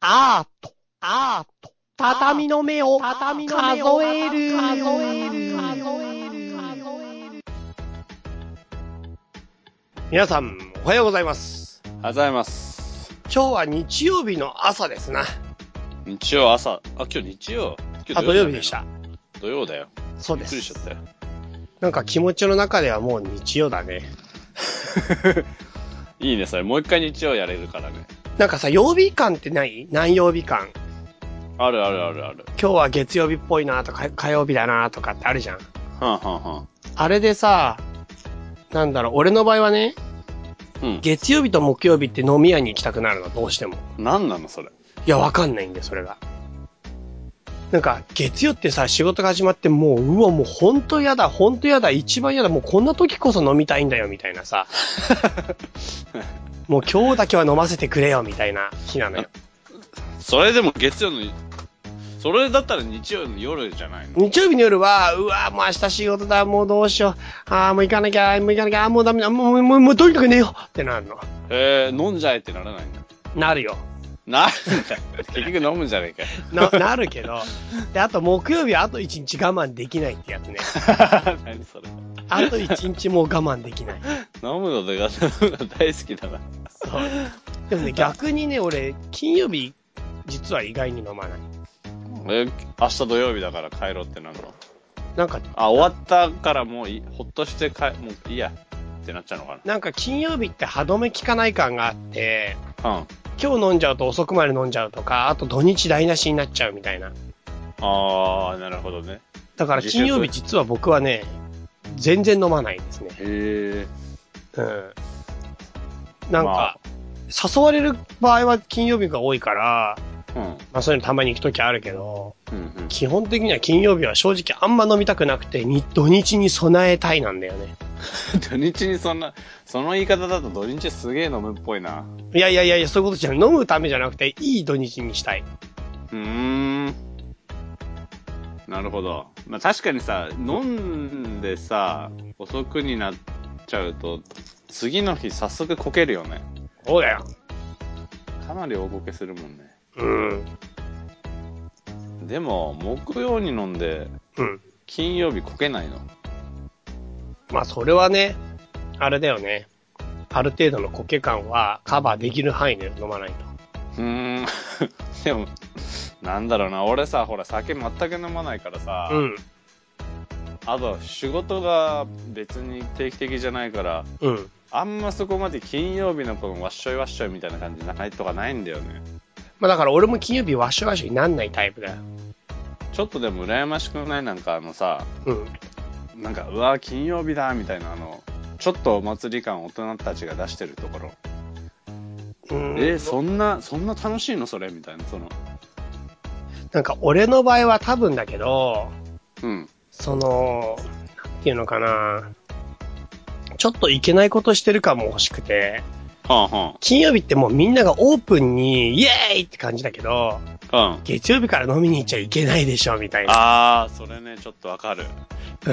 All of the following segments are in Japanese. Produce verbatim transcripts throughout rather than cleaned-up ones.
アート、アート、畳の目を、畳の目を数える、数える、数える、数える。皆さん、おはようございます。 おはようございます。 今日は日曜日の朝ですな。 日曜朝、あ、今日日曜あ、土曜日でした。 土曜だよ。 そうです。 びっくりしちゃったよ。 なんか気持ちの中ではもう日曜だね。 いいね、それ。もう一回日曜やれるからね。 なんかさ、曜日感ってない何曜日感。 あるあるあるある。 今日は月曜日っぽいなとか、火曜日だなとかってあるじゃん。 はんはんはん。 あれでさ、なんだろう、俺の場合はね、うん、月曜日と木曜日って飲み屋に行きたくなるの、どうしても。 なんなのそれ。 いや、わかんないんだよ、それが。なんか、月曜ってさ、仕事が始まってもう、うわ、もうほんとやだ、ほんとやだ、一番やだ、もうこんな時こそ飲みたいんだよ、みたいなさ。もう今日だけは飲ませてくれよ、みたいな日なのよ。 それでも月曜の、それだったら日曜の夜じゃないの？ 日曜日の夜は、うわ、もう明日仕事だ、もうどうしよう。ああ、もう行かなきゃ、もう行かなきゃ、もうダメだ、もう、もう、もうとにかく寝ようってなるの。 へえ、飲んじゃえってならないんだ。 なるよ。 なるんだ。結局飲むんじゃねえかな、なるけど。で、あと木曜日はあと一日我慢できないってやつね。 何それ。 あと一日もう我慢できない。 飲むのでが大好きだな。 そう。でもね、逆にね、俺、金曜日、実は意外に飲まない。 え、明日土曜日だから帰ろうってなるの？ なんか、 あ、終わったからもういほっとして帰、もういいやってなっちゃうのかな。 なんか金曜日って歯止め効かない感があって、 うん。 今日飲んじゃうと遅くまで飲んじゃうとか、あと土日台無しになっちゃうみたいな。 あー、なるほどね。 だから金曜日実は僕はね、全然飲まないですね。 へー。うん。なんか、まあ、誘われる場合は金曜日が多いから、うん、まあそういうのたまに行くときあるけど、うんうん、基本的には金曜日は正直あんま飲みたくなくて、土日に備えたいなんだよね。 土日にそんな、その言い方だと土日すげえ飲むっぽいな。 いやいやいや、そういうことじゃない。飲むためじゃなくて、いい土日にしたい。 うーん。なるほど。まあ確かにさ、飲んでさ、遅くになっちゃうと、次の日早速こけるよね。 そうだよ。 かなり大こけするもんね。 うん。 でも、木曜に飲んで、うん。金曜日こけないの？ まあそれはね、あれだよね。ある程度のこけ感はカバーできる範囲で飲まないと。 うーん。でも、なんだろうな。俺さ、ほら酒全く飲まないからさ。うん。あと、仕事が別に定期的じゃないから。うん。あんまそこまで金曜日のこのわっしょいわっしょいみたいな感じないとかないんだよね。 まあだから俺も金曜日わっしょいわっしょいになんないタイプだよ。 ちょっとでも羨ましくない？なんかあのさ。うん。なんか、うわ、金曜日だ、みたいな、あの、ちょっとお祭り感大人たちが出してるところ。うん。え、そんな、そんな楽しいのそれみたいな、その。 なんか、俺の場合は多分だけど、 うん。 その、なんていうのかな。ちょっといけないことしてる感も欲しくて、はあはあ、金曜日ってもうみんながオープンに、イエーイって感じだけど、うん、月曜日から飲みに行っちゃいけないでしょ、みたいな。 ああ、それね、ちょっとわかる。うん。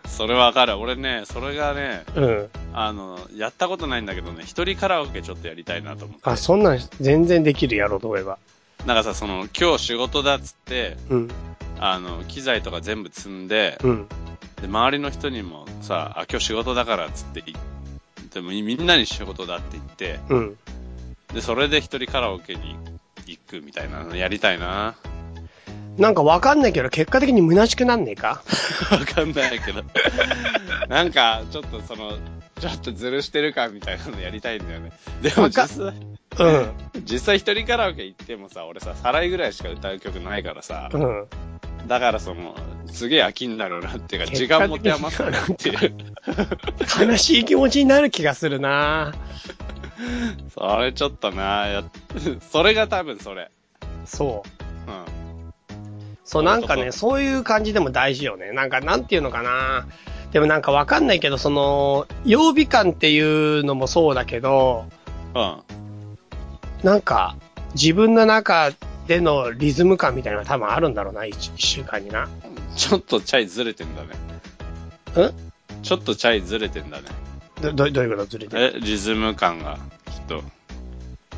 それわかる。俺ね、それがね、うん。あの、やったことないんだけどね、一人カラオケちょっとやりたいなと思って。 あ、そんなん全然できるやろうと思えば。 なんかさ、その、今日仕事だっつって、うん。あの、機材とか全部積んで、うん。で、周りの人にもさ、あ、今日仕事だからっつって言って、でもみんなに仕事だって言って、うん。で、それで一人カラオケに行くみたいなのやりたいな。 なんかわかんないけど、結果的に虚しくなんねえか？ わかんないけど。なんか、ちょっとその、ちょっとズルしてるかみたいなのやりたいんだよね。でも実際、うん。実際一人カラオケ行ってもさ、俺さ、サライぐらいしか歌う曲ないからさ、うん。だからその、すげえ飽きんだろうなっていうか、時間持て余すなっていう。 悲しい気持ちになる気がするな。 それちょっとな、や、それが多分それ。 そう。うん。そう、なんかね、そういう感じでも大事よね。なんか、なんていうのかな。でもなんかわかんないけど、その、曜日感っていうのもそうだけど、うん。なんか、自分の中でのリズム感みたいなのが多分あるんだろうな、一週間にな。 ちょっとチャイずれてんだね。ん？ちょっとチャイずれてんだね。 ど、ど、どういうことずれてる？ え、リズム感が、きっと。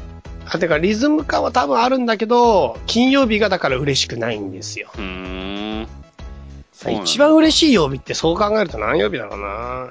あ、てかリズム感は多分あるんだけど、金曜日がだから嬉しくないんですよ。 うーん。 一番嬉しい曜日ってそう考えると何曜日だろうな。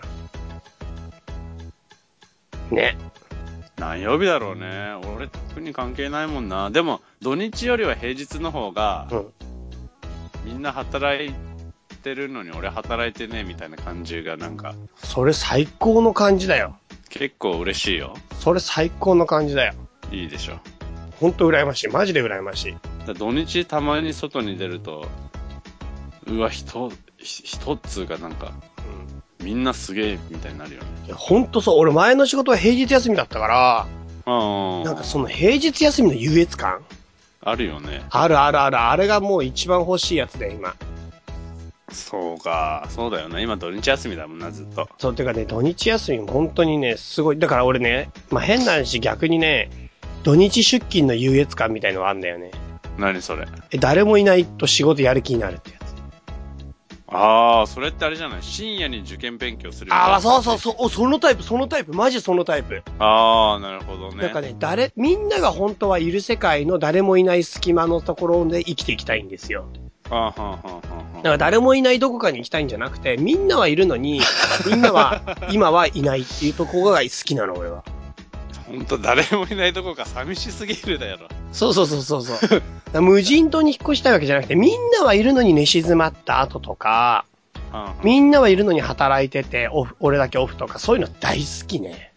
ね。 何曜日だろうね。俺特に関係ないもんな。でも土日よりは平日の方が、うん、みんな働いてるのに俺働いてねえみたいな感じがなんか。 それ最高の感じだよ。 結構嬉しいよ。 それ最高の感じだよ。 いいでしょ。 ほんと羨ましい。マジで羨ましい。 土日たまに外に出ると、うわ、人、人っつうかなんか、うん、みんなすげえみたいになるよね。 いや、ほんとそう。俺前の仕事は平日休みだったから、 あなんかその平日休みの優越感あるよね。 あるあるある。あれがもう一番欲しいやつで、今。 そうか。そうだよね。今土日休みだもんな、ずっと。 そう、てかね、土日休み本当にね、すごい。だから俺ね、まあ、変な話逆にね、土日出勤の優越感みたいのがあるんだよね。 何それ？ え、誰もいないと仕事やる気になるってやつ。 ああ、それってあれじゃない？深夜に受験勉強する。 ああ、そうそうそう。そのタイプ、そのタイプ。マジそのタイプ。 ああ、なるほどね。 なんかね、誰、みんなが本当はいる世界の誰もいない隙間のところで生きていきたいんですよ。 あーはーはーはー。 だから誰もいないどこかに行きたいんじゃなくて、みんなはいるのに、みんなは今はいないっていうところが好きなの、俺は。 ほんと誰もいないとこが寂しすぎるだよ。 そうそうそうそうそう。無人島に引っ越したいわけじゃなくて、みんなはいるのに寝静まった後とか、みんなはいるのに働いてて、オフ、俺だけオフとか、そういうの大好きね。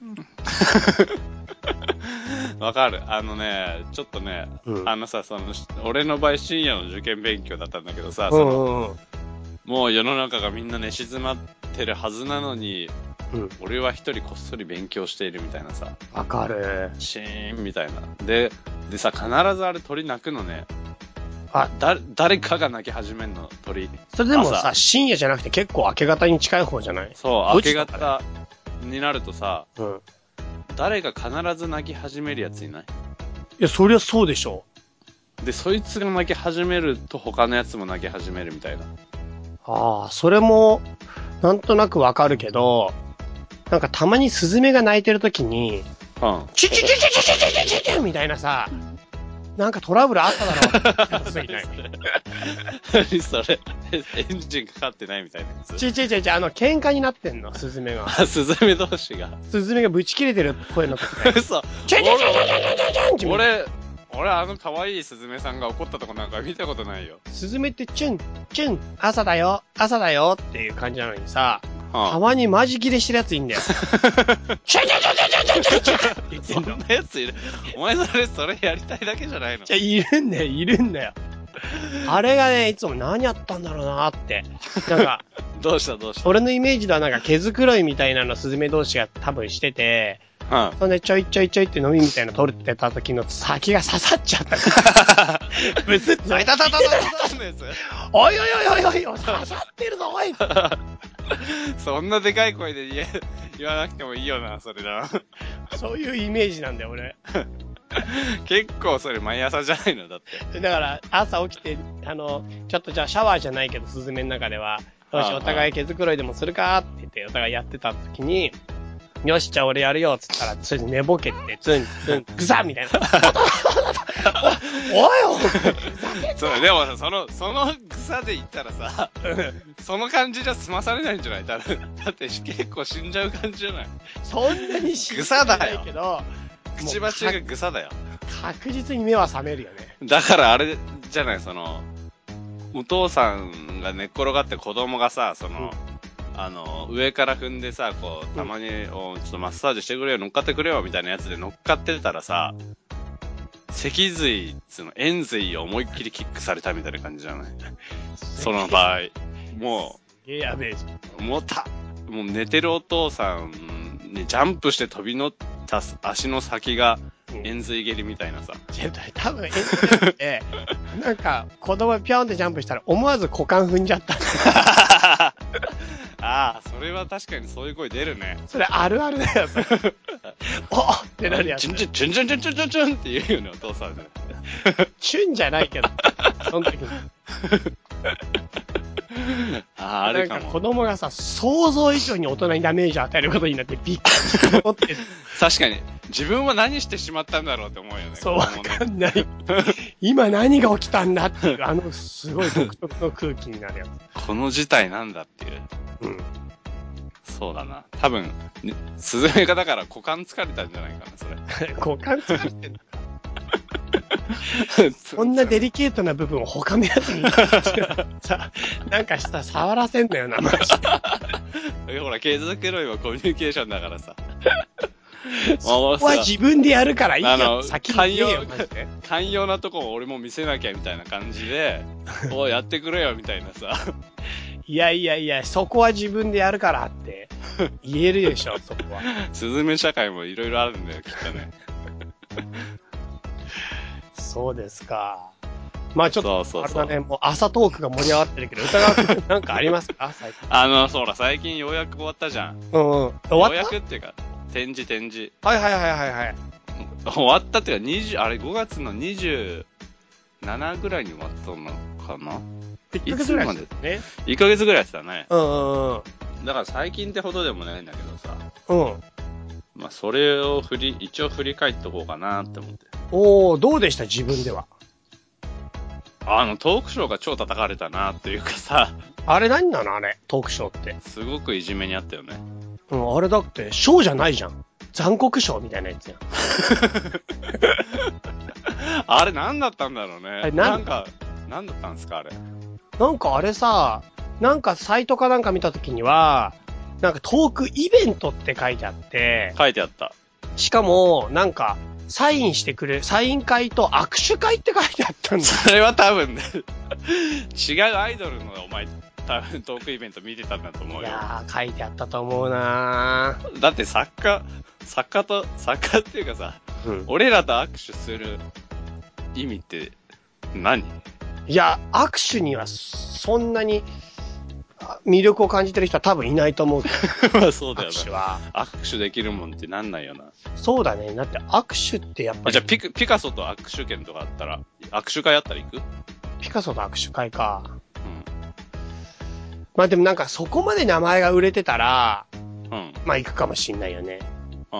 わかる。あのね、ちょっとね、うん、あのさ、その、俺の場合深夜の受験勉強だったんだけどさ、その、うんうん、もう世の中がみんな寝静まってるはずなのに、うん、俺は一人こっそり勉強しているみたいなさ。 わかる。 シーンみたいな。で、でさ、必ずあれ鳥鳴くのね。あ、だ、誰かが鳴き始めんの、鳥。 それでもさ、深夜じゃなくて結構明け方に近い方じゃない？ そう、明け方になるとさ、うん、誰が必ず鳴き始めるやついない？いや、そりゃそうでしょ。 で、そいつが鳴き始めると他のやつも鳴き始めるみたいな。 ああ、それも、なんとなくわかるけど、なんかたまにスズメが鳴いてるときに、うん。チュチュチュチュチュチュチュチュチュみたいなさ、なんかトラブルあっただろう。 何それエンジンかかってないみたいなやつ。 ちちちち、あの、喧嘩になってんの、スズメが。 あ、スズメ同士が。 スズメがブチ切れてる声の時ね。 嘘。 チュチュチュチュチュチュ俺、俺あの可愛いスズメさんが怒ったとこなんか見たことないよ。 スズメってチュン、チュン、朝だよ、朝だよっていう感じなのにさ、はあ、たまにマジ切れしてるやついんだよ。チュチュチュチュチュチュチュチュって言ってんの。 そんなやついる。お前それ、それやりたいだけじゃないの？ じゃ、いるんだよ、いるんだよ。あれがね、いつも何やったんだろうなーって。なんか、 どうしたどうした俺のイメージではなんか毛づくろいみたいなのスズメ同士が多分してて、うん。そんでちょいちょいちょいって飲みみたいなの取れてた時の先が刺さっちゃったから。ブスッと。いたたたたたおいおいおいおいおい、刺さってるぞおいそんなでかい声で言え、言わなくてもいいよな、それな。 そういうイメージなんだよ、俺。 結構それ毎朝じゃないのだって。 だから朝起きて、あの、ちょっとじゃあシャワーじゃないけど、スズメの中では、よし、お互い毛づくろいでもするかって言って、お互いやってた時に、よし、じゃあ俺やるよ、つったら、つい寝ぼけて、ツン、ツン、グサみたいな。おいおいそう、でもさ、その、その草で言ったらさ、その感じじゃ済まされないんじゃない？だって結構死んじゃう感じじゃない？ そんなに死んじゃないけど、 くちばしが草だよ。 確実に目は覚めるよね。 だからあれじゃない、その、お父さんが寝っ転がって子供がさ、その、うん、あの、上から踏んでさ、こう、たまに、うん、おちょっとマッサージしてくれよ、乗っかってくれよ、みたいなやつで乗っかってたらさ、脊髄、その、円髄を思いっきりキックされたみたいな感じじゃない？その場合。もう、やべえじゃん。もうた、もう寝てるお父さんにジャンプして飛び乗った足の先が、円髄蹴りみたいなさ。 多分円髄って、なんか、子供がピョンってジャンプしたら思わず股間踏んじゃった。 ああ、それは確かにそういう声出るね。 それあるあるだよ、それ。おっってなるやつ。 チュンチュンチュンチュンチュンチュンチュンチュンって言うよね、お父さんね。 チュンじゃないけど、その時に。 ああ、あれかも。 なんか子供がさ、想像以上に大人にダメージを与えることになってびっくり思ってる。 確かに。 自分は何してしまったんだろうって思うよね。 そう、わかんない。今何が起きたんだっていう、あの、すごい独特の空気になるやつ。この事態なんだっていう。うん。そうだな。多分、ね、スズメがだから股間疲れたんじゃないかな、それ。 股間疲れてんだ。そんなデリケートな部分を他のやつにさ、なんかした触らせんだよな、マジで。ほら、継続論はコミュニケーションだからさ。 そこは自分でやるからいいよ。先に言えよ、マジで。 寛容なとこを俺も見せなきゃみたいな感じで、おい、やってくれよみたいなさ。 いやいやいや、そこは自分でやるからって言えるでしょ、そこは。 スズメ社会もいろいろあるんだよ、きっとね。 そうですか。まあちょっと、 そうそうそう、 あれだね、もう朝トークが盛り上がってるけど、歌川くんなんかありますか最近。 あの、そうだ、最近ようやく終わったじゃん。 うんうん。終わった？ ようやくっていうか、展示展示。 はいはいはいはいはい。 終わったっていうか、にじゅう、あれごがつのにじゅうななぐらいに終わったのかな？ いっかげつぐらいですね。 いっかげつぐらいしたね。 うんうんうん。 だから最近ってほどでもないんだけどさ。 うん。 まあ、それを振り、一応振り返っとこうかなって思って。 おー、どうでした自分では。 あの、トークショーが超叩かれたなっていうかさ。 あれ何なのあれ、トークショーって。 すごくいじめにあったよね。 うん、あれだって、ショーじゃないじゃん。残酷ショーみたいなやつやん。 あれ何だったんだろうね。 あれなんか、何だったんですかあれ。 なんかあれさ、なんかサイトかなんか見たときには、なんかトークイベントって書いてあって。 書いてあった。 しかも、なんか、サインしてくれる、サイン会と握手会って書いてあったんだ。 それは多分ね、違うアイドルのお前、多分トークイベント見てたんだと思うよ。 いやー、書いてあったと思うなー。 だって作家、作家と、作家っていうかさ、うん、俺らと握手する意味って何？ いや、握手にはそんなに魅力を感じてる人は多分いないと思うけど。まあそうだよな。 握手は。 握手できるもんってなんないよな。 そうだね。だって握手ってやっぱり。 じゃあピピカソと握手券とかあったら、握手会あったら行く？ ピカソと握手会か。うん。まあでもなんかそこまで名前が売れてたら、うん。まあ行くかもしんないよね。うん。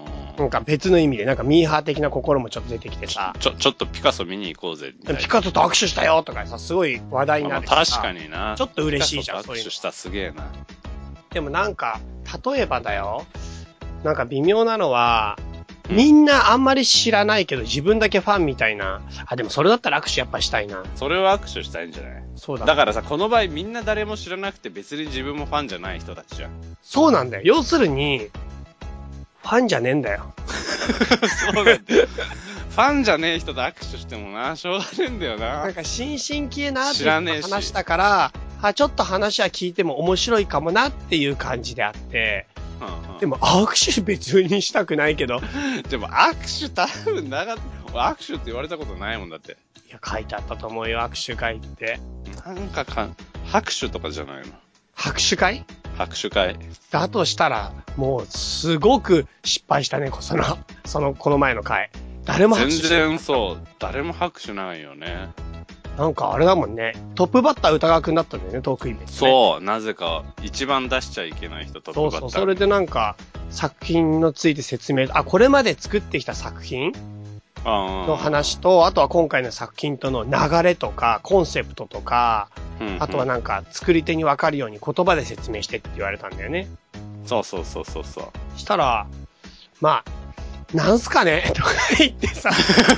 なんか別の意味で、なんかミーハー的な心もちょっと出てきてさ。 ちょ、ちょっとピカソ見に行こうぜみたいな。 ピカソと握手したよとかさ、すごい話題になるしさ。確かにな。 ちょっと嬉しいじゃん、 そういうの。握手したすげえな。 でもなんか、例えばだよ。なんか微妙なのは、うん、みんなあんまり知らないけど自分だけファンみたいな。あ、でもそれだったら握手やっぱしたいな。 それは握手したいんじゃない？そうだ。だからさ、この場合みんな誰も知らなくて別に自分もファンじゃない人たちじゃん。 そうなんだよ。要するに、ファンじゃねえんだよ。 そうなんだよ。ファンじゃねえ人と握手してもな、しょうがねえんだよな。 なんか新進気鋭なって話したから、あ、ちょっと話は聞いても面白いかもなっていう感じであって、うんうん、でも握手別にしたくないけど。 でも握手多分なかった。握手って言われたことないもんだって。 いや、書いてあったと思うよ、握手会って。 なんかかん、拍手とかじゃないの？ 拍手会？ 拍手会。 だとしたら、もう、すごく失敗したね、その、その、この前の回。誰も拍手しない。 全然そう、誰も拍手ないよね。 なんかあれだもんね。トップバッター歌川くんだったんだよね、トークイベント、ね。 そう、なぜか、一番出しちゃいけない人、トップバッター。 そうそう、それでなんか、作品について説明、あ、これまで作ってきた作品の話と、あとは今回の作品との流れとか、コンセプトとか、うんうん、あとはなんか、作り手にわかるように言葉で説明してって言われたんだよね。 そうそうそうそうそう。 したら、まあ、なんすかねとか言ってさ、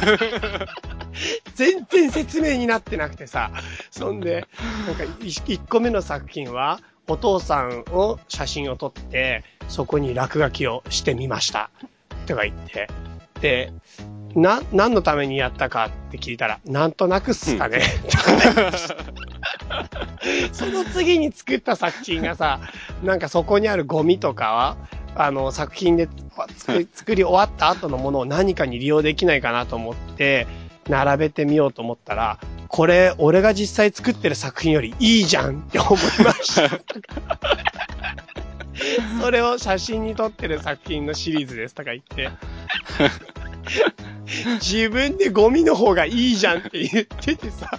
全然説明になってなくてさ、そんで、なんかいっこめの作品は、お父さんを写真を撮って、そこに落書きをしてみました。とか言って、で、な、何のためにやったかって聞いたら、なんとなくっすかね。その次に作った作品がさ、なんかそこにあるゴミとかは、あの、作品で作り、作り終わった後のものを何かに利用できないかなと思って、並べてみようと思ったら、これ、俺が実際作ってる作品よりいいじゃんって思いました。それを写真に撮ってる作品のシリーズですとか言って。自分でゴミの方がいいじゃんって言っててさ。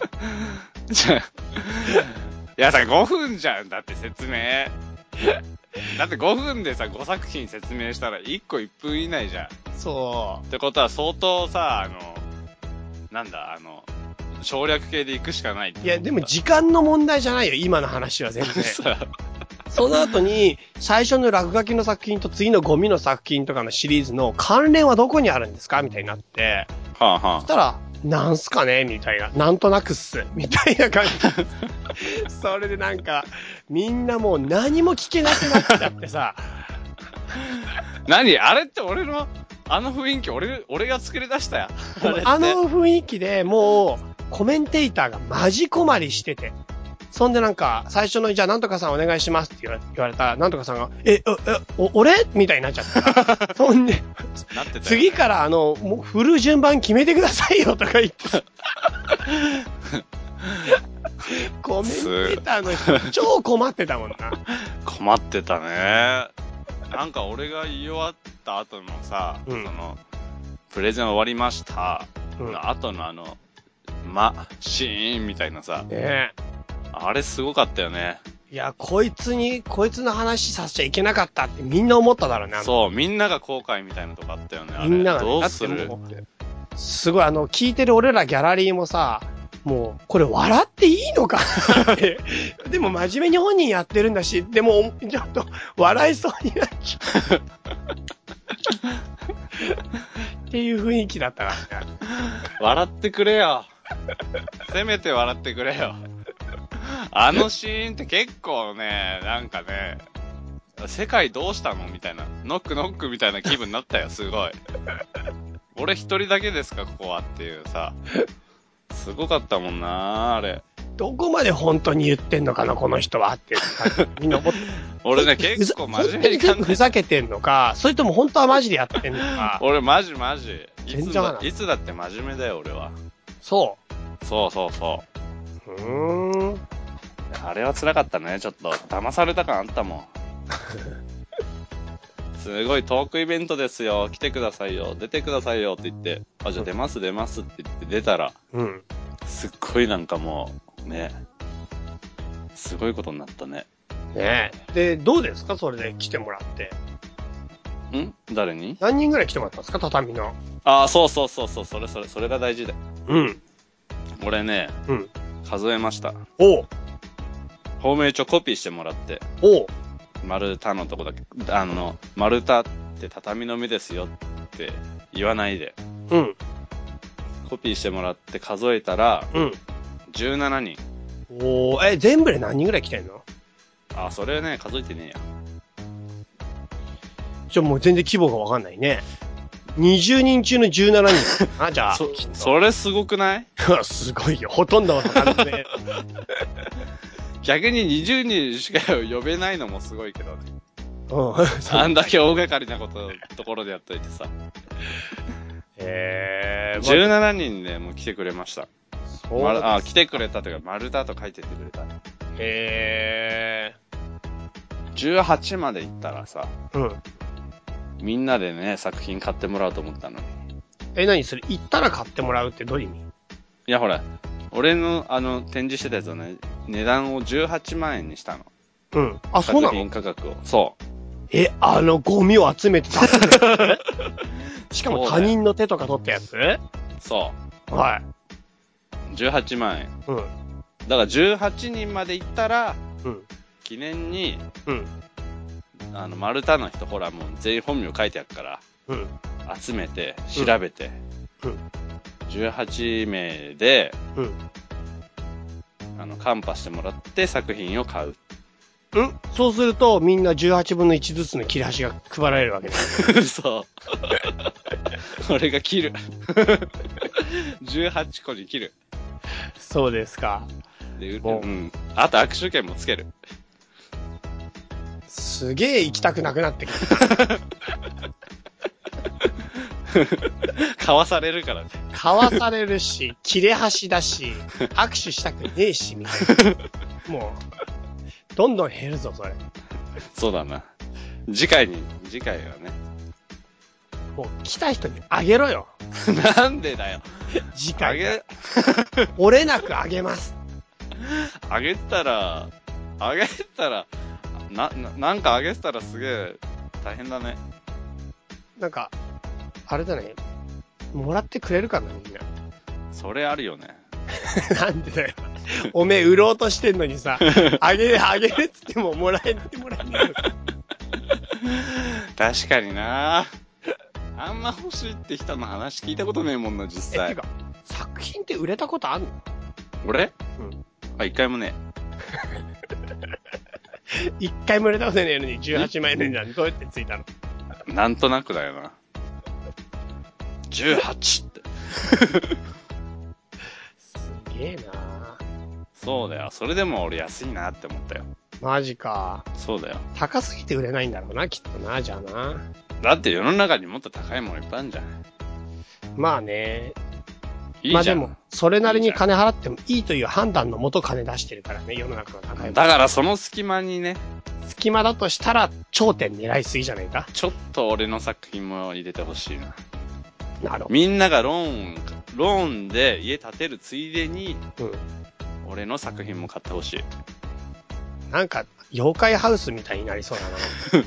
じゃあ、いやさ、ごふんじゃんだって説明。 だってごふんでさ、ごさく品説明したらいっこいっぷん以内じゃん。 そう。 ってことは相当さ、あの、なんだ、あの、省略系で行くしかないって。 いや、でも時間の問題じゃないよ、今の話は全然。その後に、最初の落書きの作品と次のゴミの作品とかのシリーズの関連はどこにあるんですかみたいになって。 はあはあ。 そしたら、なんすかねみたいな。なんとなくっす。みたいな感じ。それでなんか、みんなもう何も聞けなくなっちゃってさ。 何あれって俺の、あの雰囲気、俺、俺が作り出したや。 あ, あの雰囲気でもう、コメンテーターがマジ困りしてて。そんでなんか、最初の、じゃあなんとかさんお願いしますって言われ言われたら、なんとかさんが、え、え、お、俺みたいになっちゃった。そんで、 なってたよね、 次からあの、もう振る順番決めてくださいよとか言って。コメンテーターの人、超困ってたもんな。 困ってたね。なんか俺が言い終わった後のさ、うん、その、プレゼン終わりました。うん、の後のあの、ま、シーンみたいなさ。 ねあれすごかったよね。 いや、こいつに、こいつの話させちゃいけなかったってみんな思っただろうね。 そう、みんなが後悔みたいなとこあったよね。あれみんなが、ね、 どうするだってすごいあの、聞いてる俺らギャラリーもさ、もう、これ笑っていいのかなって。でも真面目に本人やってるんだし、でも、ちょっと、笑いそうになっちゃう。っていう雰囲気だったからね。 笑ってくれよ。せめて笑ってくれよ。あのシーンって結構ね、なんかね、世界どうしたのみたいな。ノックノックみたいな気分になったよ、すごい。俺一人だけですか、ここはっていうさ。すごかったもんな、あれ。 どこまで本当に言ってんのかな、この人はって。みんな思って。 俺ね、結構真面目に考えて。 ふざけてんのか、それとも本当はマジでやってんのか。 俺マジマジ。いつだ、いつだって真面目だよ、俺は。 そう。 そうそうそう。うーん。 あれは辛かったね、ちょっと。騙された感あったもん。すごいトークイベントですよ。来てくださいよ。出てくださいよって言って。あ、じゃあ出ます出ますって言って出たら。 うん。 すっごいなんかもう、ね。すごいことになったね。 ねえ。で、どうですかそれで来てもらって。 ん誰に何人ぐらい来てもらったんですか畳の。 ああ、そうそうそうそう。それそれ、それが大事だよ。 うん。 俺ね、 うん。 数えました。 おう。 芳名帳コピーしてもらって。 おう。 丸太のとこだけ、あの、丸太って畳の目ですよって言わないで。 うん。 コピーしてもらって数えたら、 うん。 じゅうななにん。 おー、え、全部で何人ぐらい来てんの？ あ、それね、数えてねえや。 じゃあもう全然規模がわかんないね。にじゅうにん中のじゅうななにん。あ、じゃあ。 そ、それすごくない？ すごいよ。ほとんどわかんないね。 逆ににじゅうにんしか呼べないのもすごいけどね。 うん。 あんだけ大掛かりなこと、ところでやっといてさ。 へー。 じゅうななにんでもう来てくれました。 そうま、あ、来てくれたというか、丸太と書いてってくれた。 へー。じゅうはちまで行ったらさ、 うん。 みんなでね、作品買ってもらおうと思ったのに。 え、何それ行ったら買ってもらうってどういう意味？ いやほら、俺のあの展示してたやつをね、値段をじゅうはちまんえんにしたの。 うん。あ、そうなの？ 作品価格を。そう。 え、あのゴミを集めてたしかも他人の手とか取ったやつ？ そう。 はい。 じゅうはちまんえん。 うん。 だからじゅうはちにんまで行ったら、 うん。 記念に、 うん。 あの、丸太の人、ほらもう全員本名書いてあるから、 うん。 集めて、調べて、 うん。 じゅうはちめいで、 うん。 あの、カンパしてもらって作品を買う。 ん？そうすると、みんなじゅうはちぶんのいちずつの切れ端が配られるわけです。 そう。俺が切る。じゅうはちこに切る。 そうですか。 で、うん。あと握手券もつける。 すげえ行きたくなくなってきた。かわされるからね。 かわされるし、切れ端だし、握手したくねえし、みたいな。もう、どんどん減るぞ、それ。 そうだな。次回に、次回はね。 もう来た人にあげろよ。 なんでだよ。 次回。 あげ、 折れなくあげます。 あげたら、あげたら、 な、な、なんかあげてたらすげえ大変だね。 なんか、あれだね。もらってくれるかな、みんな。 それあるよね。 なんでだよ。おめえ売ろうとしてんのにさ、あげる、あげるっつってももらえってもらえないのか。 確かにな。あんま欲しいって人の話聞いたことねえもんな、実際。 え、てか、作品って売れたことあんの？ 俺？ うん。 あ、一回もねえ。一回も売れたことねえのにじゅうはちまん円じゃん。どうやってついたの？ なんとなくだよな。じゅうはちって。 すげえな。 そうだよ。それでも俺安いなって思ったよ。 マジか。 そうだよ。 高すぎて売れないんだろうな、きっとな、じゃあな。 だって世の中にもっと高いものいっぱいあるんじゃん。 まあね。 いいじゃん。 まあでも、それなりに金払ってもいいという判断のもと金出してるからね、世の中の高いもの。 だからその隙間にね。 隙間だとしたら頂点狙いすぎじゃないか。 ちょっと俺の作品も入れてほしいな。 なるほど。 みんながローン、ローンで家建てるついでに、 うん。 俺の作品も買ってほしい。 なんか、妖怪ハウスみたいになりそうだな。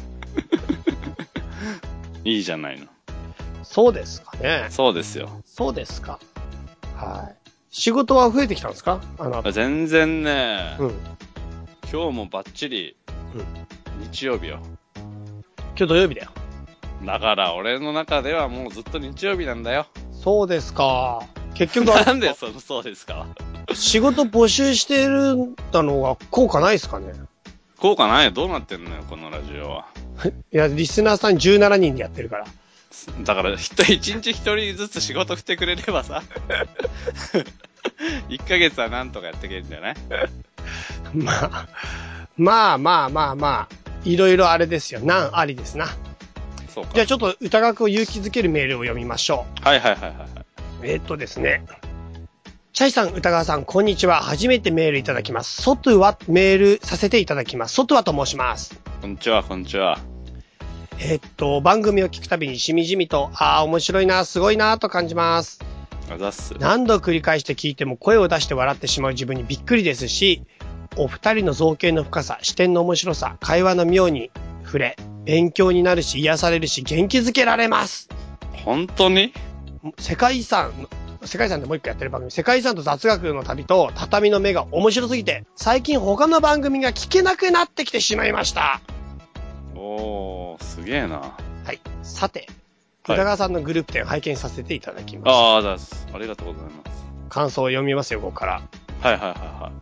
いいじゃないの。 そうですかね。 そうですよ。 そうですか。はい。仕事は増えてきたんですか？あの後。 全然ね、 うん。 今日もバッチリ、 うん。 日曜日よ。 今日土曜日だよ。 だから俺の中ではもうずっと日曜日なんだよ。 そうですか。結局なんでそのそうですか。 仕事募集してるんだのが効果ないですかね？ 効果ないよ。どうなってんのよ、このラジオは。 いや、リスナーさんじゅうななにんでやってるから。 だから、一日一人ずつ仕事振ってくれればさ、いっかげつはなんとかやっていけるんじゃない？ まあ、まあまあまあまあ、いろいろあれですよ。なんありですな。 そうか。 じゃあちょっと歌学を勇気づけるメールを読みましょう。はいはいはいはい。 えー、っとですね。チャイさん、歌川さん、こんにちは。初めてメールいただきます。ソトゥはメールさせていただきます。ソトゥはと申します。 こんにちは、こんにちは。 えー、っと、番組を聞くたびにしみじみと、ああ、面白いな、すごいな、と感じます。 あざっす。 何度繰り返して聞いても声を出して笑ってしまう自分にびっくりですし、お二人の造形の深さ、視点の面白さ、会話の妙に触れ、勉強になるし、癒されるし、元気づけられます。 本当に？ 世界遺産、世界遺産でもう一個やってる番組、世界遺産と雑学の旅と畳の目が面白すぎて、最近他の番組が聞けなくなってきてしまいました。 おー、すげえな。 はい。さて、歌川さんのグループ展を拝見させていただきます。 ああ、だす。ありがとうございます。 感想を読みますよ、ここから。 はいはいはいはい。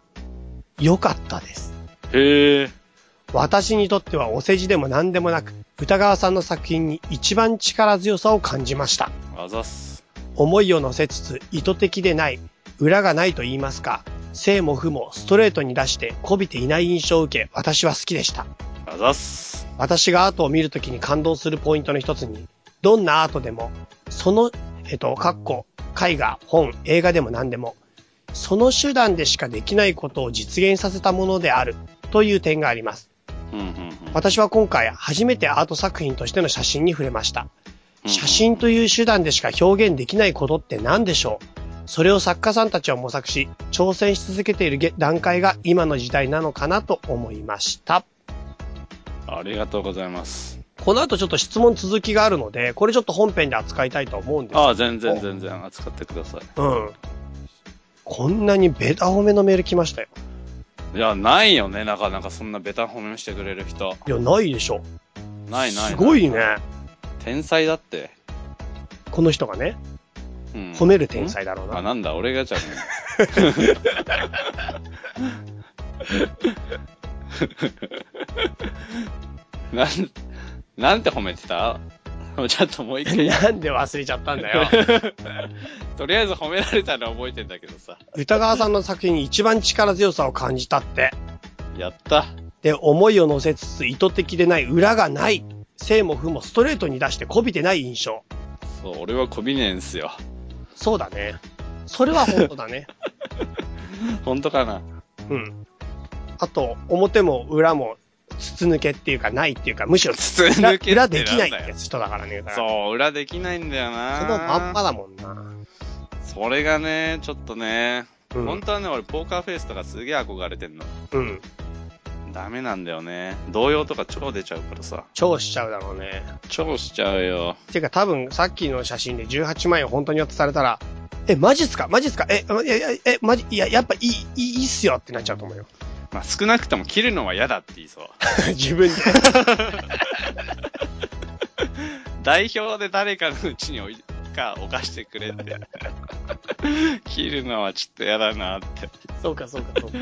よかったです。 へえ。 私にとってはお世辞でも何でもなく、歌川さんの作品に一番力強さを感じました。 あざっす。 思いを乗せつつ意図的でない、裏がないと言いますか、正も負もストレートに出して媚びていない印象を受け、私は好きでした。 あざっす。 私がアートを見るときに感動するポイントの一つに、どんなアートでも、その、えっと、かっこ、絵画、本、映画でも何でも、その手段でしかできないことを実現させたものであるという点があります。 うんうんうん、 私は今回初めてアート作品としての写真に触れました。写真という手段でしか表現できないことって何でしょう？それを作家さんたちは模索し、挑戦し続けている段階が今の時代なのかなと思いました。 ありがとうございます。 この後ちょっと質問続きがあるので、これちょっと本編で扱いたいと思うんですけど。 ああ、全然全然扱ってください。 うん。こんなにベタ褒めのメール来ましたよ。 いや、ないよね。なかなかそんなベタ褒めしてくれる人。 いや、ないでしょ。 ないないない。 すごいね。 天才だって。 この人がね。うん、褒める天才だろうな。 あ、なんだ、俺がじゃねえ。なん、なんて褒めてた？ちょっともう一回。 なんで忘れちゃったんだよ。 とりあえず褒められたのは覚えてんだけどさ。 歌川さんの作品に一番力強さを感じたって。 やった。 で、思いを乗せつつ意図的でない裏がない。正も負もストレートに出して媚びてない印象。 そう、俺は媚びねえんすよ。 そうだね。それは本当だね。 本当かな。 うん。あと、表も裏も筒抜けっていうかないっていうか、むしろ筒抜け裏できないって人だからね。 そう、裏できないんだよな。 そのまんまだもんな。 それがね、ちょっとね、 うん、 本当はね、俺ポーカーフェイスとかすげえ憧れてんの。 うん。 ダメなんだよね。動揺とか超出ちゃうからさ。 超しちゃうだろうね。 超しちゃうよ。 てか多分さっきの写真でじゅうはちまん円本当に渡されたら、え、マジっすかマジっすかえ、いやいや、え、マジ、いや、やっぱいい、いい、いいっすよってなっちゃうと思うよ。 まあ少なくとも切るのは嫌だって言いそう。 自分で。 代表で誰かのうちに置いか置かしてくれって。切るのはちょっと嫌だなって。 そうかそうかそうか。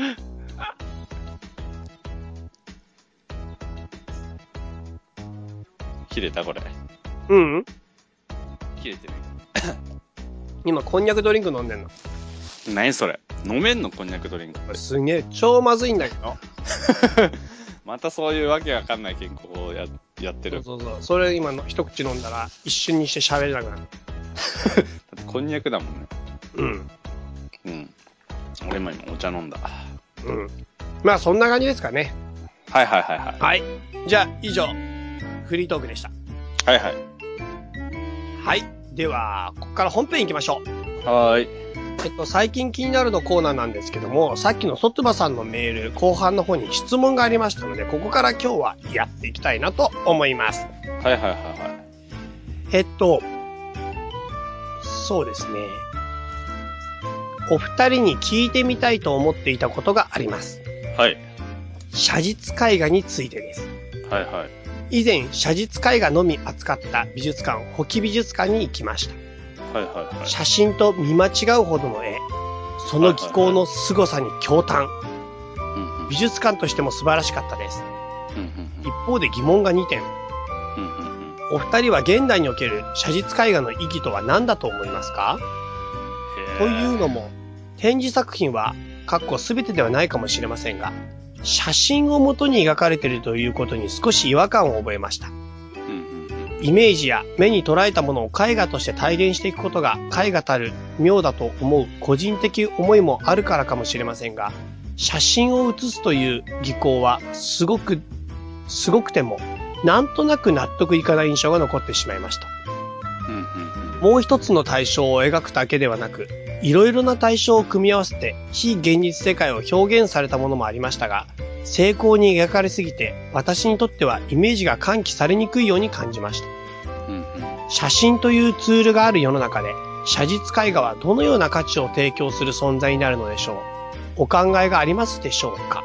切れたこれ。 うん、うん、 切れてる。 今こんにゃくドリンク飲んでんの。 何それ。飲めんのこんにゃくドリンク。 これすげえ超まずいんだけど。 またそういうわけわかんない健康を や, やってる。 そうそうそう。それ今の一口飲んだら一瞬にして喋れなくなる。だってこんにゃくだもんね。 うん。 うん。俺も今お茶飲んだ。 うん。まあそんな感じですかね。 はいはいはいはい。 はい。じゃあ以上、フリートークでした。 はいはい。 はい。では、ここから本編行きましょう。はーい。 えっと、最近気になるのコーナーなんですけども、さっきのソトゥバさんのメール、後半の方に質問がありましたので、ここから今日はやっていきたいなと思います。 はいはいはいはい。 えっと、そうですね。お二人に聞いてみたいと思っていたことがあります。 はい。 写実絵画についてです。 はいはい。 以前、写実絵画のみ扱った美術館、保木美術館に行きました。 はいはいはい。 写真と見間違うほどの絵、その技巧の凄さに驚嘆。美術館としても素晴らしかったです。一方で疑問がにてん。お二人は現代における写実絵画の意義とは何だと思いますか？というのも、展示作品は、かっこ全てではないかもしれませんが、写真を元に描かれているということに少し違和感を覚えました。イメージや目に捉えたものを絵画として体現していくことが絵画たる妙だと思う個人的思いもあるからかもしれませんが、写真を写すという技巧はすごく、すごくてもなんとなく納得いかない印象が残ってしまいました。もう一つの対象を描くだけではなく、いろいろな対象を組み合わせて非現実世界を表現されたものもありましたが、精巧に描かれすぎて私にとってはイメージが喚起されにくいように感じました。うんうん、写真というツールがある世の中で写実絵画はどのような価値を提供する存在になるのでしょう。お考えがありますでしょうか。